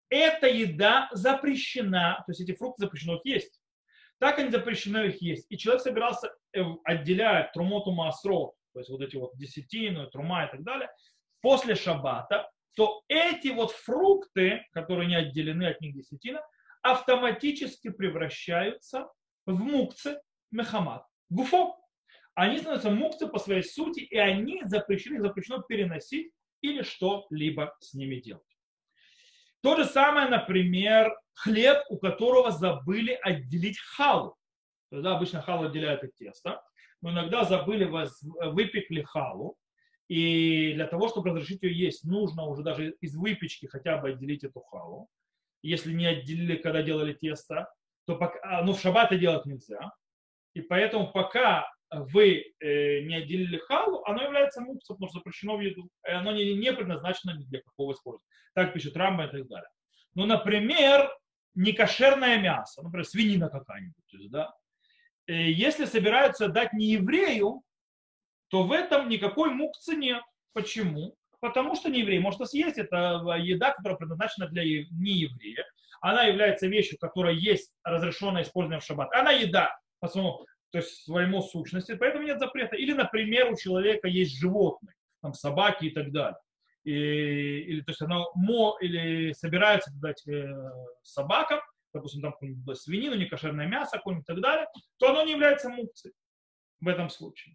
эта еда запрещена, то есть эти фрукты запрещено их есть. Так они запрещено их есть. И человек собирался отделять трумоту маасро, то есть вот эти вот десятину, трума и так далее, после шаббата, то эти вот фрукты, которые не отделены от них десятина, автоматически превращаются в мукцы мехамат, гуфо. Они становятся мукцы по своей сути, и они запрещены, запрещено переносить или что-либо с ними делать. То же самое, например, хлеб, у которого забыли отделить халу. Тогда обычно халу отделяют от теста, но иногда забыли, выпекли халу. И для того, чтобы разрешить ее есть, нужно уже даже из выпечки хотя бы отделить эту халу. Если не отделили, когда делали тесто, то пока, ну, в шаббат это делать нельзя. И поэтому пока вы э, не отделили халу, оно является мукцем, потому что запрещено в еду. И оно не, не предназначено ни для какого использования. Так пишет Рамба и так далее. Ну, например, некошерное мясо, например, свинина какая-нибудь. То есть, да, э, если собираются дать не еврею, то в этом никакой мукцы нет. Почему? Потому что не еврей может съесть. Это еда, которая предназначена для нееврея. Она является вещью, которая есть разрешенное использование в шаббат. Она еда по своему, то есть своему сущности, поэтому нет запрета. Или, например, у человека есть животные, там собаки и так далее. И, или, то есть оно мо, или собирается дать э, собакам, допустим, там свинину, некошерное мясо, какое-нибудь и так далее, то оно не является мукцией в этом случае.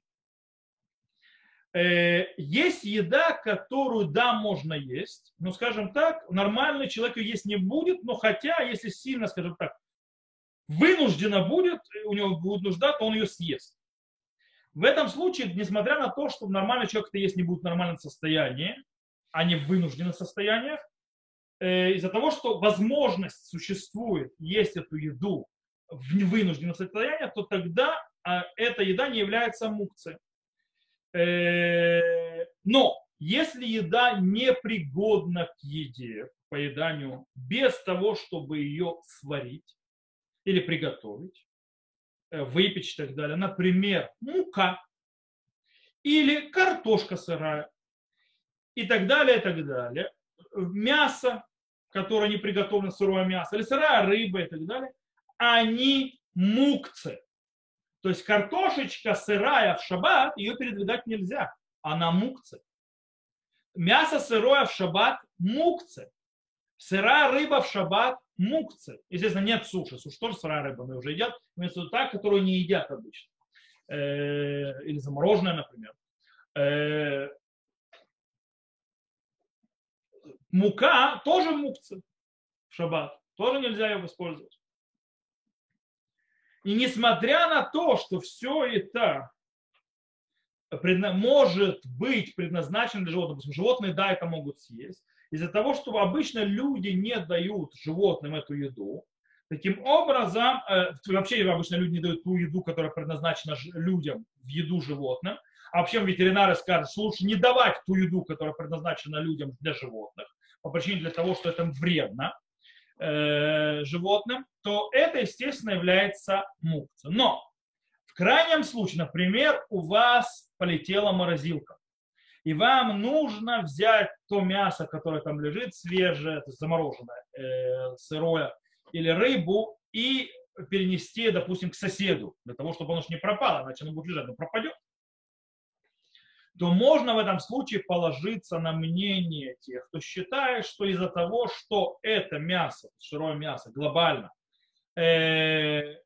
Есть еда, которую, да, можно есть, но, скажем так, нормальный человек ее есть не будет, но хотя, если сильно, скажем так, вынужденно будет, у него будет нужда, то он ее съест. В этом случае, несмотря на то, что нормальный человек это есть не будет в нормальном состоянии, а не в вынужденных состояниях, из-за того, что возможность существует есть эту еду в вынужденном состоянии, то тогда эта еда не является мукцией. Но если еда непригодна к еде, к поеданию, без того, чтобы ее сварить или приготовить, выпечь и так далее, например, мука или картошка сырая и так далее, и так далее, мясо, которое не приготовлено, сырое мясо, или сырая рыба и так далее, они мукцы. То есть картошечка сырая в шаббат, ее передвигать нельзя. Она мукция. Мясо сырое в шаббат мукция. Сырая рыба в шаббат мукция. Естественно, нет суши. Суши тоже сырая рыба, мы уже едят. Вместо та, которую не едят обычно. Или замороженная, например. Мука тоже мукция в шаббат. Тоже нельзя ее использовать. И несмотря на то, что все это может быть предназначено для животных, потому что животные, да, это могут съесть, из-за того, что обычно люди не дают животным эту еду, таким образом, вообще обычно люди не дают ту еду, которая предназначена людям, в еду животным, а вообще ветеринары скажут, что лучше не давать ту еду, которая предназначена людям для животных, по причине для того, что это вредно животным, то это, естественно, является мукцией. Но в крайнем случае, например, у вас полетела морозилка, и вам нужно взять то мясо, которое там лежит, свежее, то есть замороженное, э, сырое, или рыбу, и перенести, допустим, к соседу, для того, чтобы оно же не пропало, иначе оно будет лежать, но пропадет, то можно в этом случае положиться на мнение тех, кто считает, что из-за того, что это мясо, сырое мясо глобально, э,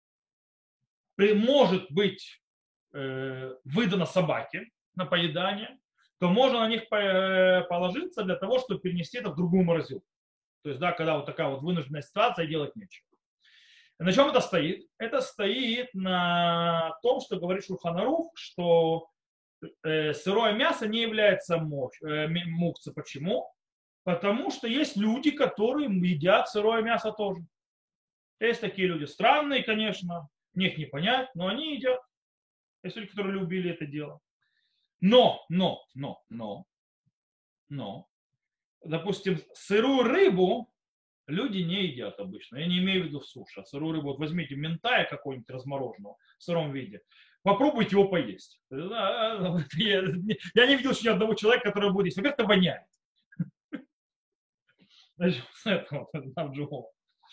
может быть э, выдано собаке на поедание, то можно на них положиться для того, чтобы перенести это в другую морозилку. То есть, да, когда вот такая вот вынужденная ситуация, делать нечего. На чем это стоит? Это стоит на том, что говорит Шулхан Арух, что сырое мясо не является мукцией. Почему? Потому что есть люди, которые едят сырое мясо тоже. Есть такие люди странные, конечно, них не понять, но они едят. Есть люди, которые любили это дело. Но, но, но, но, но, допустим, сырую рыбу люди не едят обычно. Я не имею в виду в суше. А сырую рыбу, вот возьмите ментая какой-нибудь размороженного в сыром виде. Попробуйте его поесть. Я не видел еще ни одного человека, который будет есть. Во-первых, это воняет. Начнем с этого, там другого.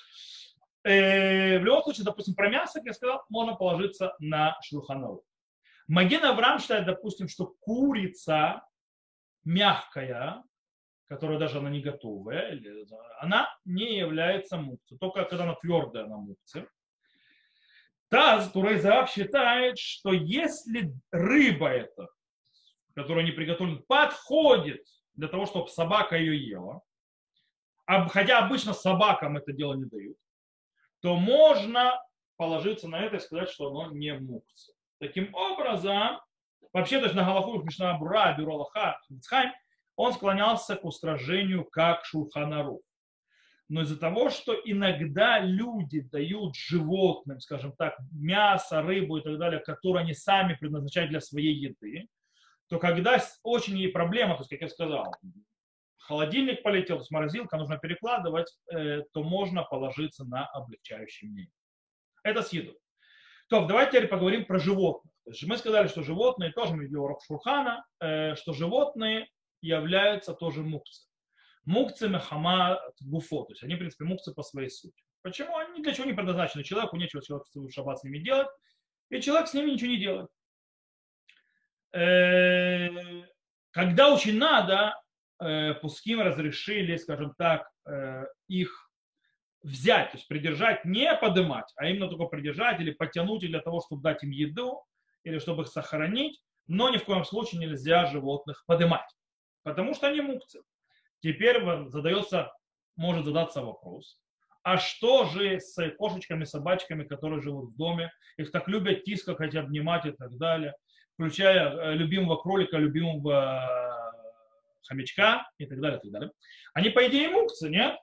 Э, в любом случае, допустим, про мясо, как я сказал, можно положиться на Шулхан Арух. Маген Авраам считает, допустим, что курица мягкая, которая даже она не готовая, она не является мукцей. Только когда она твердая, она мукцей. Таз Турейзаав считает, что если рыба эта, которая не приготовлена, подходит для того, чтобы собака ее ела, хотя обычно собакам это дело не дают, то можно положиться на это и сказать, что оно не мукция. Таким образом, вообще, то есть на Галаху Мишна Бура, Бюро Лаха, он склонялся к устражению как Шулхан Арух. Но из-за того, что иногда люди дают животным, скажем так, мясо, рыбу и так далее, которые они сами предназначают для своей еды, то когда очень ей проблема, то есть, как я сказал, холодильник полетел, то есть морозилка, нужно перекладывать, то можно положиться на облегчающее мнение. Это с едой. То, давайте теперь поговорим про животных. То есть мы сказали, что животные, тоже мы видели урок Шулхана, что животные являются тоже мукцы. Мукцы мехама гуфо, то есть они, в принципе, мукцы по своей сути. Почему? Они для чего не предназначены человеку, нечего человек в шаббат с ними делать, и человек с ними ничего не делает. Когда очень надо, пуским разрешили, скажем так, их взять, то есть придержать, не подымать, а именно только придержать или потянуть для того, чтобы дать им еду, или чтобы их сохранить, но ни в коем случае нельзя животных подымать, потому что они мукцы. Теперь задается, может задаться вопрос, а что же с кошечками, собачками, которые живут в доме, их так любят тискать, обнимать и так далее, включая любимого кролика, любимого хомячка и так далее, и так далее. Они, по идее, мукцы, нет?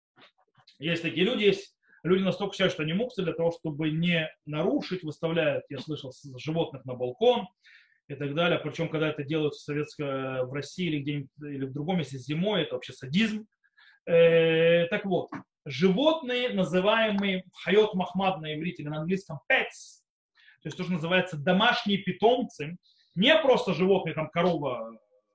Есть такие люди, есть люди настолько считают, что они мукцы для того, чтобы не нарушить, выставляют, я слышал, животных на балкон и так далее. Причем, когда это делают в, Советской, в России или где-нибудь или в другом месте зимой, это вообще садизм. Э, так вот, животные, называемые хайот махмад на иврите или на английском pets, то есть то, что называется домашние питомцы, не просто животные, там корова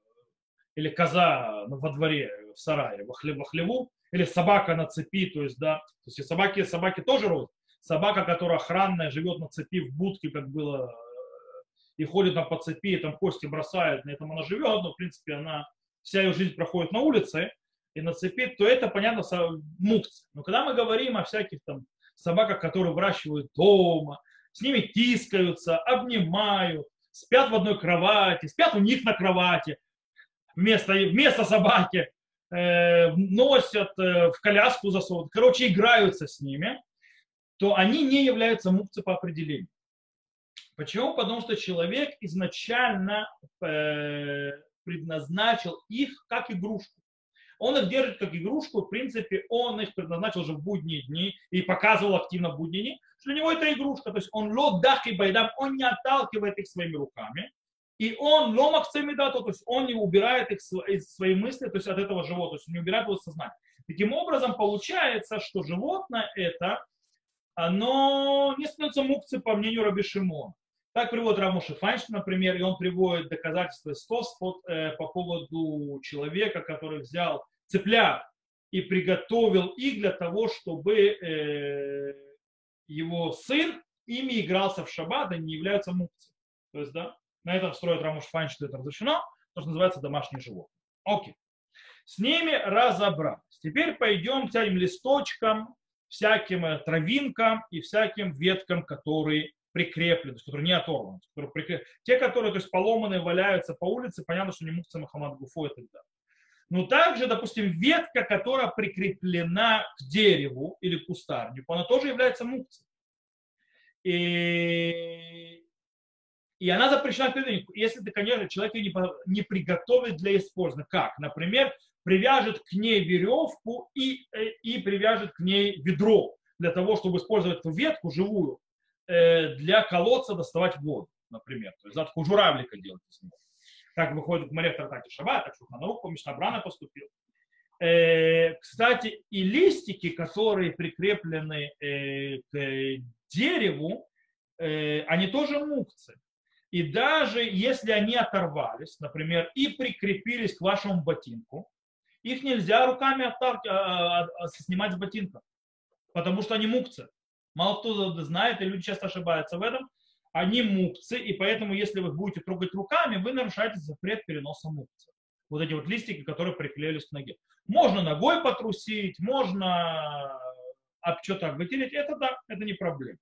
или коза во дворе, в сарае, во хлеву, или собака на цепи, то есть, да, то есть и собаки, собаки тоже род. Собака, которая охранная, живет на цепи в будке, как было, и ходит там по цепи, и там кости бросают, на этом она живет, но, в принципе, она, вся ее жизнь проходит на улице и на цепи, то это, понятно, мукцы. Но когда мы говорим о всяких там собаках, которые выращивают дома, с ними тискаются, обнимают, спят в одной кровати, спят у них на кровати, вместо, вместо собаки, э, носят, э, в коляску засовывают, короче, играются с ними, то они не являются мукцы по определению. Почему? Потому что человек изначально э, предназначил их как игрушку. Он их держит как игрушку, в принципе, он их предназначил уже в будние дни и показывал активно в будние дни, что для него это игрушка. То есть он лодах и байдам, он не отталкивает их своими руками. И он ломак цемидату, то есть он не убирает их из своей мысли, то есть от этого животного, то есть он не убирает его сознание. Таким образом, получается, что животное это, оно не становится мукцей по мнению Раби Шимона. Так приводит Рав Моше Файнштейн, например, и он приводит доказательства из Тосфот э, по поводу человека, который взял цыплят и приготовил их для того, чтобы э, его сын ими игрался в шаббат, и не являются мукцей. То есть, да, на этом строит Рав Моше Файнштейн, это разрешено, то, что называется домашние животные. Окей. С ними разобрались. Теперь пойдем к этим листочкам, всяким травинкам и всяким веткам, которые прикреплены, которые не оторваны. Которые прикреп... Те, которые то есть, поломанные, валяются по улице, понятно, что не мукца Мухаммад Гуфо и так далее. Но также, допустим, ветка, которая прикреплена к дереву или к кустарнику, она тоже является мукцией. И... и она запрещена к преданию, если ты, конечно, человек ее не, не приготовит для использования. Как? Например, привяжет к ней веревку и, и привяжет к ней ведро для того, чтобы использовать эту ветку живую для колодца доставать воду, например. То есть задку журавлика делать из него. Так выходит в море в трактате Шаббат, так что на науку Мишна Брана поступил. Э, кстати, и листики, которые прикреплены э, к дереву, э, они тоже мукцы. И даже если они оторвались, например, и прикрепились к вашему ботинку, их нельзя руками оттар- а, а, а, снимать с ботинка, потому что они мукцы. Мало кто знает, и люди часто ошибаются в этом. Они мукцы, и поэтому, если вы их будете трогать руками, вы нарушаете запрет переноса мукцы. Вот эти вот листики, которые приклеились к ноге. Можно ногой потрусить, можно об что-то вытереть, это да, это не проблема.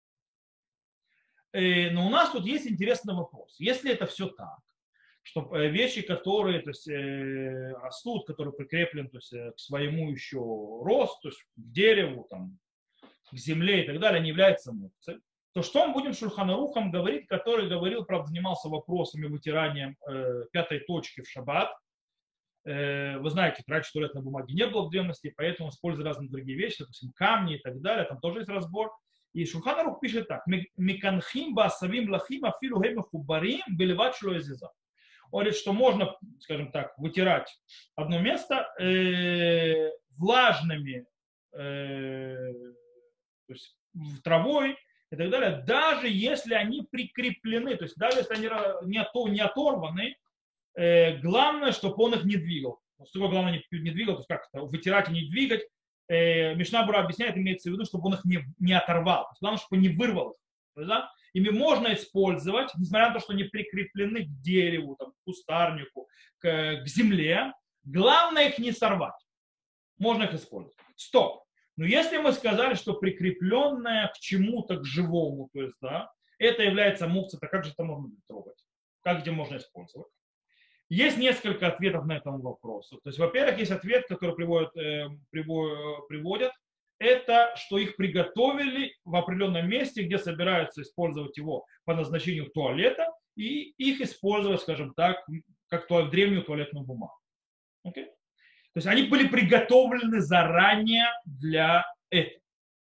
Э, Но у нас тут есть интересный вопрос. Если это все так, что э, вещи, которые то есть, э, растут, которые прикреплены то есть, э, к своему еще росту, то есть к дереву, там, к земле и так далее, они являются мукцией, то что мы будем Шульхан Арухом говорить, который говорил, правда, занимался вопросами вытиранием э, пятой точки в шаббат. Э, вы знаете, раньше туалетной бумаги не было в древности, поэтому использовали разные другие вещи, допустим, камни и так далее, там тоже есть разбор. И Шульхан Арух пишет так: «Миканхим басавим лахим афилу хем хубарим белеват шлоязиза». Он говорит, что можно, скажем так, вытирать одно место э, влажными э, то есть, травой и так далее, даже если они прикреплены, то есть даже если они не, то, не оторваны, э, главное, чтобы он их не двигал. Что такое главное не, не двигал, то есть как это, вытирать и не двигать. Э, Мишна Бура объясняет, имеется в виду, чтобы он их не, не оторвал. То есть, главное, чтобы не вырвал их. Есть, да? Ими можно использовать, несмотря на то, что они прикреплены к дереву, там, к кустарнику, к, к земле. Главное их не сорвать. Можно их использовать. Стоп. Но если мы сказали, что прикрепленное к чему-то, к живому, то есть, да, это является мукцией, то как же это можно трогать? Как где можно использовать? Есть несколько ответов на этом вопросу. То есть, во-первых, есть ответ, который приводят, э, приводят, это что их приготовили в определенном месте, где собираются использовать его по назначению туалета, и их использовать, скажем так, как в древнюю туалетную бумагу. Okay? То есть они были приготовлены заранее для этого.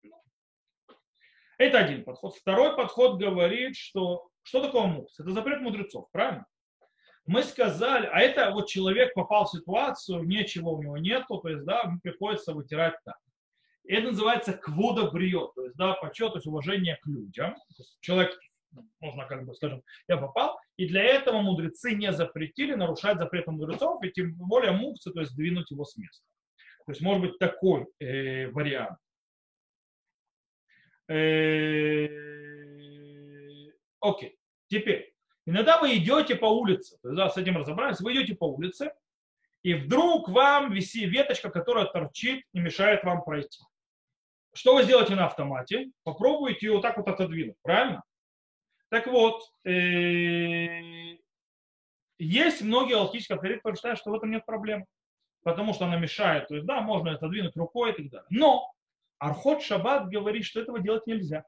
Это один подход. Второй подход говорит, что что такое мукс? Это запрет мудрецов, правильно? Мы сказали, а это вот человек попал в ситуацию, ничего у него нету, то есть, да, ему приходится вытирать так. Это называется квода бриот, то есть, да, почет, то есть уважение к людям. То есть человек, можно как бы, скажем, я попал, и для этого мудрецы не запретили нарушать запреты мудрецов, и тем более мукцы, то есть сдвинуть его с места. То есть может быть такой э, вариант. Э, окей, теперь. Иногда вы идете по улице, то есть, да, с этим разобрались, вы идете по улице, и вдруг вам висит веточка, которая торчит и мешает вам пройти. Что вы сделаете на автомате? Попробуйте ее вот так вот отодвинуть, правильно? Так вот, э, есть многие галактические авторитеты, которые считают, что в этом нет проблем, потому что она мешает, то есть, да, можно отодвинуть рукой и так далее. Но Архот Шаббат говорит, что этого делать нельзя.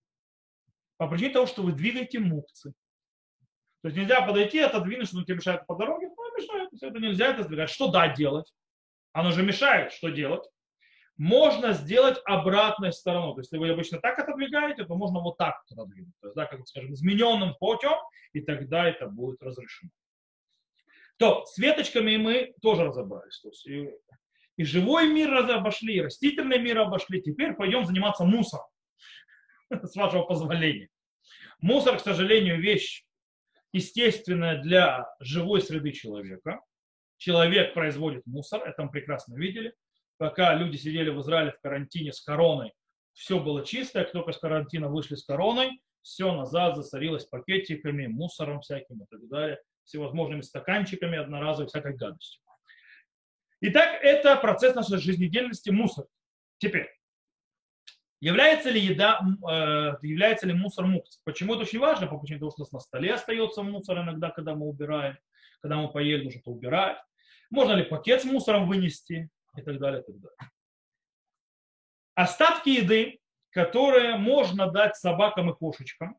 По причине того, что вы двигаете мукцы. То есть нельзя подойти, отодвинуть, что он тебе мешает по дороге, ну, мешает, то есть это нельзя это сдвигать. Что да делать? Оно же мешает, что делать? Можно сделать обратной стороной. То есть, если вы обычно так отодвигаете, то можно вот так отодвинуть. То есть, да, как, скажем, измененным путем, и тогда это будет разрешено. То, с веточками мы тоже разобрались. То есть, и, и живой мир обошли, и растительный мир обошли. Теперь пойдем заниматься мусором, с вашего позволения. Мусор, к сожалению, вещь естественная для живой среды человека. Человек производит мусор, это мы прекрасно видели. Пока люди сидели в Израиле в карантине с короной, все было чисто, как только с карантина вышли с короной, все назад засорилось пакетиками, мусором всяким и так далее, всевозможными стаканчиками одноразовой, всякой гадостью. Итак, это процесс нашей жизнедеятельности, мусор. Теперь, является ли еда, э, является ли мусор мукцией? Почему это очень важно? По причине того, что у нас на столе остается мусор иногда, когда мы убираем, когда мы поели, нужно это убирать. Можно ли пакет с мусором вынести? И так далее, и так далее. Остатки еды, которые можно дать собакам и кошечкам,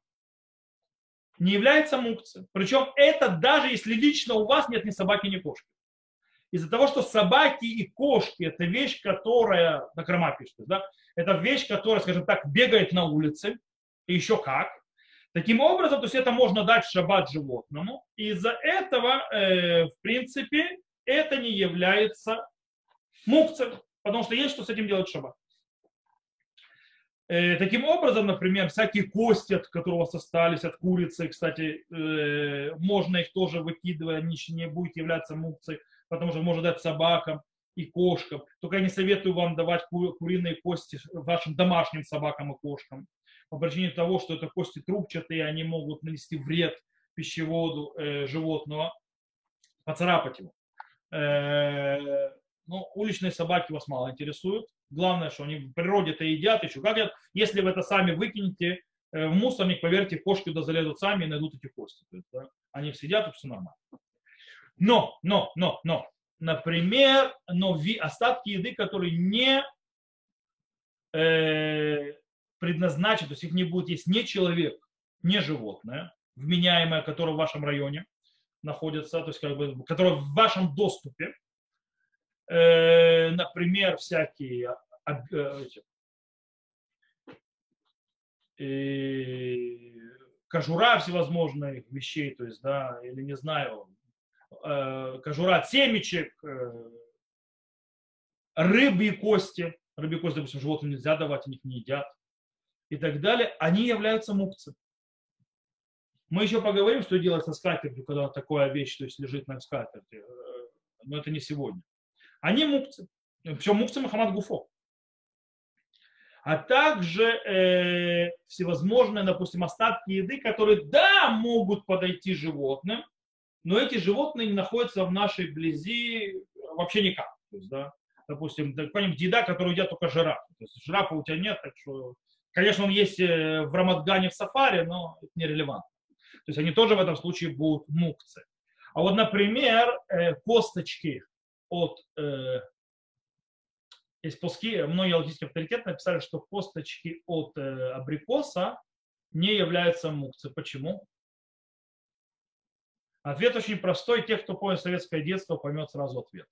не являются мукцией. Причем это даже если лично у вас нет ни собаки, ни кошки. Из-за того, что собаки и кошки это вещь, которая, на Крама пишет, да, это вещь, которая, скажем так, бегает на улице, и еще как. Таким образом, то есть это можно дать в шаббат животному. И из-за этого, э, в принципе, это не является мукцией, потому что есть что с этим делать в шаббат. Э, таким образом, например, всякие кости, которые у вас остались от курицы, кстати, э, можно их тоже выкидывать, они не будут являться мукцией, потому что можно дать собакам. и кошкам. Только я не советую вам давать ку- куриные кости вашим домашним собакам и кошкам. По причине того, что это кости трубчатые, они могут нанести вред пищеводу э, животного, поцарапать его. Э, ну, уличные собаки вас мало интересуют. Главное, что они в природе-то едят еще. Как едят? Если вы это сами выкинете э, в мусорник, поверьте, кошки туда залезут сами и найдут эти кости. То есть, да, они все едят, и все нормально. Но, но, но, но, например, но ви, остатки еды, которые не э, предназначены, то есть их не будет есть не человек, не животное, вменяемое, которое в вашем районе находится, то есть как бы, которое в вашем доступе, э, например, всякие э, эти, э, кожура всевозможных вещей, то есть, да, или не знаю, э, кожура от семечек, э, рыбьи кости, рыбьи кости, допустим, животным нельзя давать, они их не едят, и так далее, они являются мукцем. Мы еще поговорим, что делать со скатертью, когда такая вещь, то есть лежит на скатерти, но это не сегодня. Они мукцы, причем мукцы Мухаммад Гуфо. А также э, всевозможные, допустим, остатки еды, которые, да, могут подойти животным, но эти животные не находятся в нашей близи вообще никак. То есть, да, допустим, какая-нибудь еда, которую едят только жирафы. То есть жирафа у тебя нет, так что, конечно, он есть в Рамадгане в сафари, но это нерелевантно. То есть они тоже в этом случае будут мукцы. А вот, например, косточки от... Есть пуски, многие алхимические авторитеты написали, что косточки от абрикоса не являются мукцей. Почему? Ответ очень простой. Те, кто помнит советское детство, поймет сразу ответ.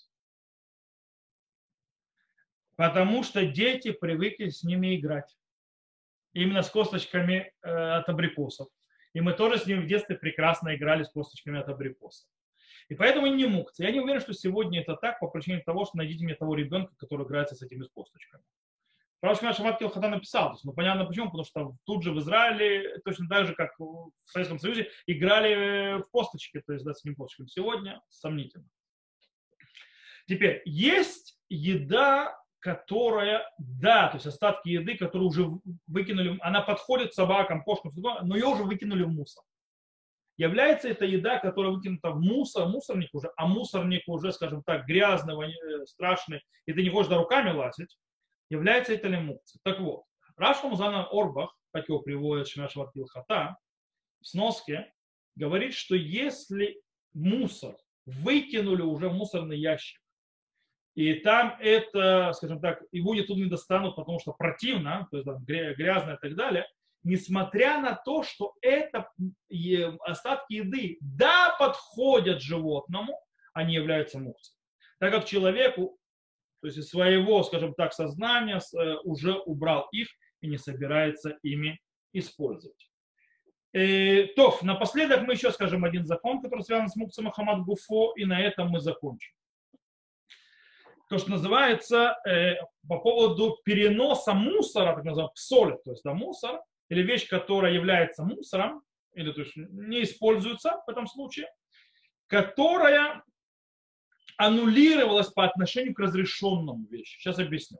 Потому что дети привыкли с ними играть. Именно с косточками от абрикосов. И мы тоже с ними в детстве прекрасно играли с косточками от абрикоса. И поэтому не мукцы. Я не уверен, что сегодня это так, по причине того, что найдите мне того ребенка, который играется с этими косточками. Правда, что Шаббат Килхата написал. То есть, ну, понятно почему, потому что тут же в Израиле, точно так же, как в Советском Союзе, играли в косточки, то есть да, с этими косточками. Сегодня сомнительно. Теперь, есть еда, которая, да, то есть остатки еды, которые уже выкинули, она подходит собакам, кошкам, но ее уже выкинули в мусор. Является это еда, которая выкинута в мусор, мусорник уже, а мусорник уже, скажем так, грязный, страшный, и ты не хочешь до руками лазить, является это ли мукция? Так вот, Рав Музан Орбах, как его приводит Шмиаш Шаббат Килхата, в сноске, говорит, что если мусор выкинули уже в мусорный ящик, и там это, скажем так, его оттуда не достанут, потому что противно, то есть там, грязно и так далее, несмотря на то, что это остатки еды, да, подходят животному, они являются мукцией. Так как человеку, то есть из своего, скажем так, сознания уже убрал их и не собирается ими использовать. И, то, напоследок мы еще скажем один закон, который связан с мукцией Мухаммад Гуфо, и на этом мы закончим. То, что называется э, по поводу переноса мусора, так называемого псоли, то есть да, мусор, или вещь, которая является мусором, или то есть не используется в этом случае, которая аннулировалась по отношению к разрешенному вещи. Сейчас объясню.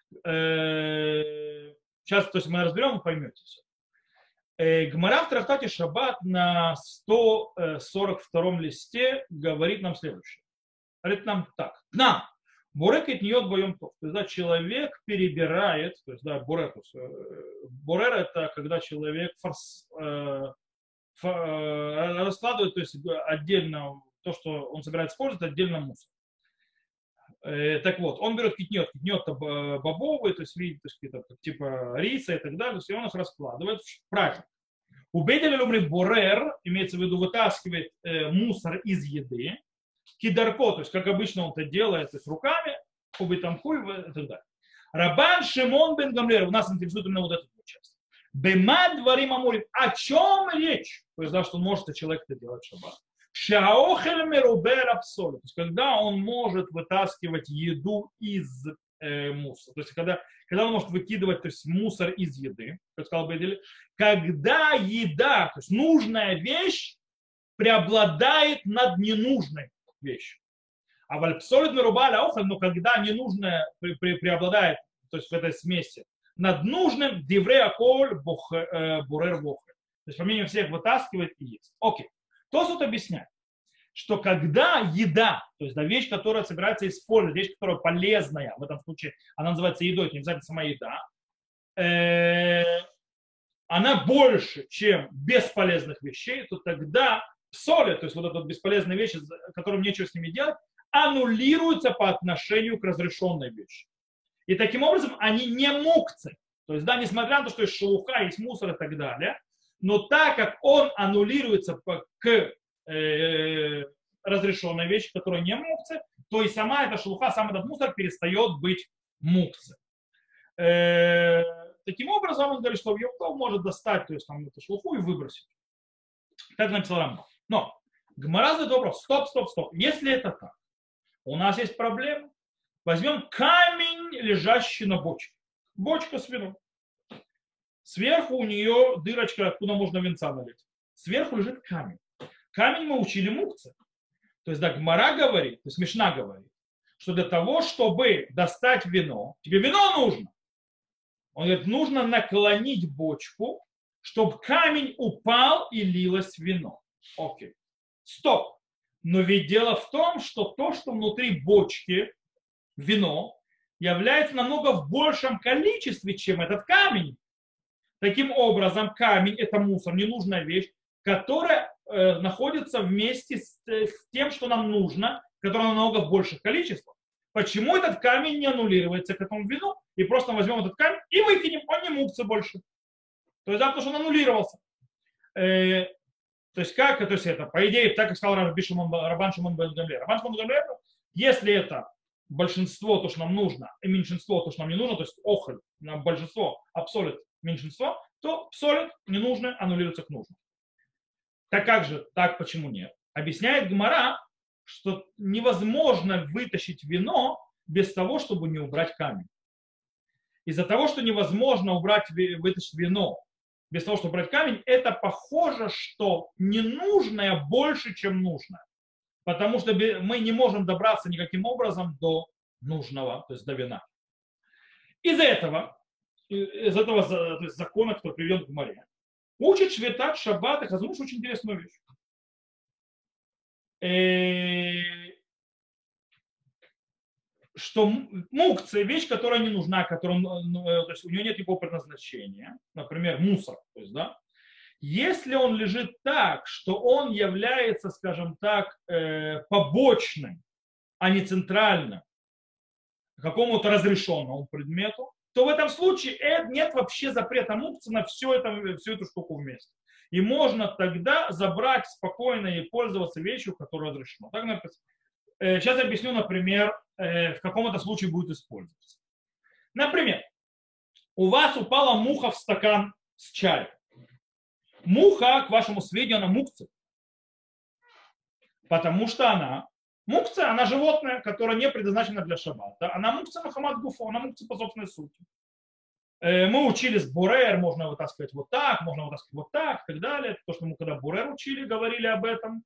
Э, сейчас, то есть мы разберем, вы поймете все. Э, Гмара в трактате Шаббат на сто сорок втором листе говорит нам следующее. Говорит нам так. Нам. Борекет ньет боем тов. То есть, да, человек перебирает, то есть, да, борер, борер это когда человек форс, э, фор, э, раскладывает, то есть отдельно то, что он собирается использовать, отдельно мусор. Э, так вот, он берет китнет, китнет бобовый, то есть, видите, то есть, типа риса и так далее, то есть, и он их раскладывает в праздник. У Бейделя любит борер, имеется в виду вытаскивает э, мусор из еды, кидарко, то есть, как обычно он это делает, то есть, руками, убитом хуй и так далее. Рабан Шимон бен Гамлиэль, у нас интересует именно вот эту часть. Бема дворим амурим, о чем речь? То есть, да, что может человек это делать в шаббат. Шаохель мерубер абсолют, то есть, когда он может вытаскивать еду из э, мусора, то есть, когда, когда он может выкидывать, то есть, мусор из еды, как сказал Бейдель, когда еда, то есть, нужная вещь преобладает над ненужной вещью. А вальпсолит мерубаля охаль, но когда ненужное пре- пре- преобладает, то есть в этой смеси, над нужным диврей аколь бурер вохаль. То есть, по мнению всех, вытаскивает и ест. Окей. Тосут объясняет, что когда еда, то есть да, вещь, которая собирается использовать, вещь, которая полезная, в этом случае она называется едой, это не обязательно сама еда, э, она больше, чем бесполезных вещей, то тогда псоли, то есть вот эта вот бесполезная вещь, которым нечего с ними делать, аннулируются по отношению к разрешенной вещи. И таким образом они не мукцы. То есть, да, несмотря на то, что есть шелуха, есть мусор и так далее, но так как он аннулируется к э, разрешенной вещи, которая не мукцы, то и сама эта шелуха, сам этот мусор перестает быть мукцы. Э, таким образом, он говорит, что Йом может достать, то есть там эту шелуху и выбросить. Так написал Рамбам. Но Гмара задает вопрос, стоп, стоп, стоп. Если это так, у нас есть проблема. Возьмем камень, лежащий на бочке. Бочка с вином. Сверху у нее дырочка, откуда можно винца налить. Сверху лежит камень. Камень мы учили мукцы. То есть, да, Гмара говорит, то есть Мишна говорит, что для того, чтобы достать вино, тебе вино нужно. Он говорит, нужно наклонить бочку, чтобы камень упал и лилось вино. Окей. Стоп. Но ведь дело в том, что то, что внутри бочки, вино, является намного в большем количестве, чем этот камень. Таким образом, камень – это мусор, ненужная вещь, которая э, находится вместе с, э, с тем, что нам нужно, которая намного в больших количествах. Почему этот камень не аннулируется к этому вину, и просто возьмем этот камень и выкинем, он не мукцы больше. То есть, да, потому что он аннулировался. Э, то есть, как, то есть это, по идее, так как сказал Рабан Шимон бен Гамлиэль. Рабан Шимон бен Гамлиэль, если это большинство, то, что нам нужно, и меньшинство, то, что нам не нужно, то есть охоль, нам большинство, абсолют, меньшинство, то псолит ненужное аннулируется к нужному. Так как же, так почему нет? Объясняет Гмара, что невозможно вытащить вино без того, чтобы не убрать камень. Из-за того, что невозможно убрать, вытащить вино без того, чтобы убрать камень, это похоже, что ненужное больше, чем нужное. Потому что мы не можем добраться никаким образом до нужного, то есть до вина. Из этого, из этого то есть закона, который приведен к Гмаре, учит Швитат Шаббат и Хазуныш очень интересную вещь. И что мукция, вещь, которая не нужна, которая, то есть у нее нет никакого предназначения, например, мусор, то есть, да, если он лежит так, что он является, скажем так, побочным, а не центральным какому-то разрешенному предмету, то в этом случае нет вообще запрета мукции на всю, это, всю эту штуку вместе. И можно тогда забрать спокойно и пользоваться вещью, которая разрешена. Так написано. Сейчас объясню, например, в каком это случае будет использоваться. Например, у вас упала муха в стакан с чаем. Муха, к вашему сведению, она мукция. Потому что она мукция, она животное, которое не предназначено для шаббата. Она мукция махамад гуфо, она мукция по собственной сути. Мы учились бурер, можно вытаскивать вот так, можно вытаскивать вот так и так далее. То, что мы когда бурер учили, говорили об этом.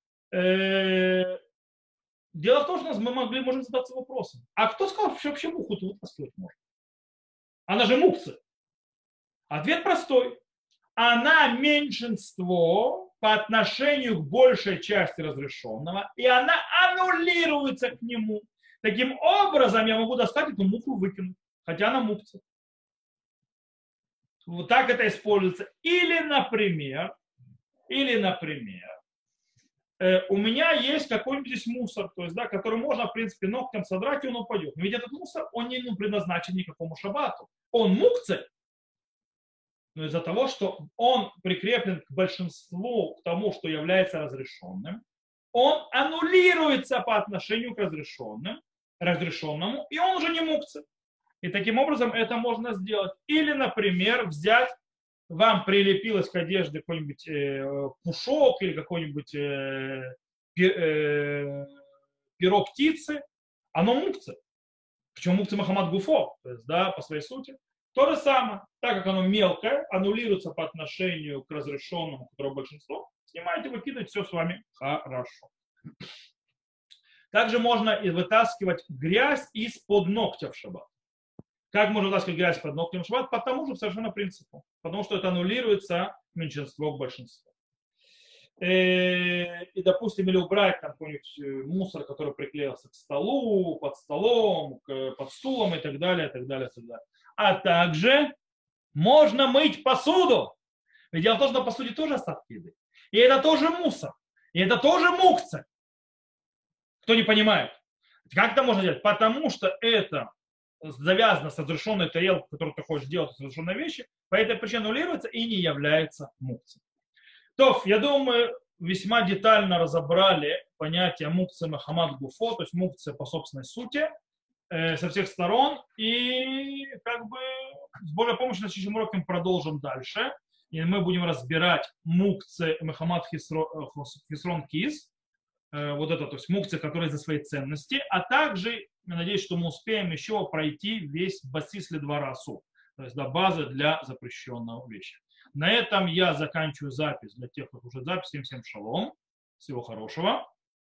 Дело в том, что мы могли, можем задаться вопросом. А кто сказал, что вообще муху вытаскивать можно? Она же мукция. Ответ простой. Она меньшинство по отношению к большей части разрешенного, и она аннулируется к нему. Таким образом, я могу достать эту муху и выкинуть, хотя она мукция. Вот так это используется. Или, например, или, например, э, у меня есть какой-нибудь здесь мусор, то есть, да, который можно, в принципе, ногтем содрать, и он упадет. Но ведь этот мусор, он не ну, предназначен никакому шаббату. Он мукция. Но из-за того, что он прикреплен к большинству, к тому, что является разрешенным, он аннулируется по отношению к разрешенным, разрешенному, и он уже не мукция. И таким образом это можно сделать. Или, например, взять, вам прилепилось к одежде какой-нибудь э, пушок или какой-нибудь э, э, перо птицы, оно мукция. Причем мукция Махамад Гуфо, то есть, да, по своей сути. То же самое, так как оно мелкое, аннулируется по отношению к разрешенному, которое большинство, снимаете, выкидываете, все с вами хорошо. Также можно и вытаскивать грязь из-под ногтя в шаббат. Как можно вытаскивать грязь под ногтем в шаббат? По тому же совершенно принципу. Потому что это аннулируется меньшинство к большинству. И, допустим, или убрать там какой-нибудь мусор, который приклеился к столу, под столом, под стулом и так далее, и так далее, и так далее. А также можно мыть посуду. Ведь дело в том, что на посуде тоже остатки еды. И это тоже мусор. И это тоже мукция. Кто не понимает. Как это можно делать? Потому что это завязано с разрешенной тарелкой, которую ты хочешь делать, с разрешенной вещи, по этой причине аннулируется и не является мукцией. То, я думаю, весьма детально разобрали понятие мукции махамад гуфо, то есть мукция по собственной сути, э, со всех сторон. И как бы с Божьей помощью на следующем уроке мы продолжим дальше. И мы будем разбирать мукции махамад хисрон кис, э, вот это, то есть мукции, которые за свои ценности, а также, я надеюсь, что мы успеем еще пройти весь басис ледвара асур, то есть до базы для запрещенного вещи. На этом я заканчиваю запись для тех, кто уже запись. Всем, всем шалом. Всего хорошего.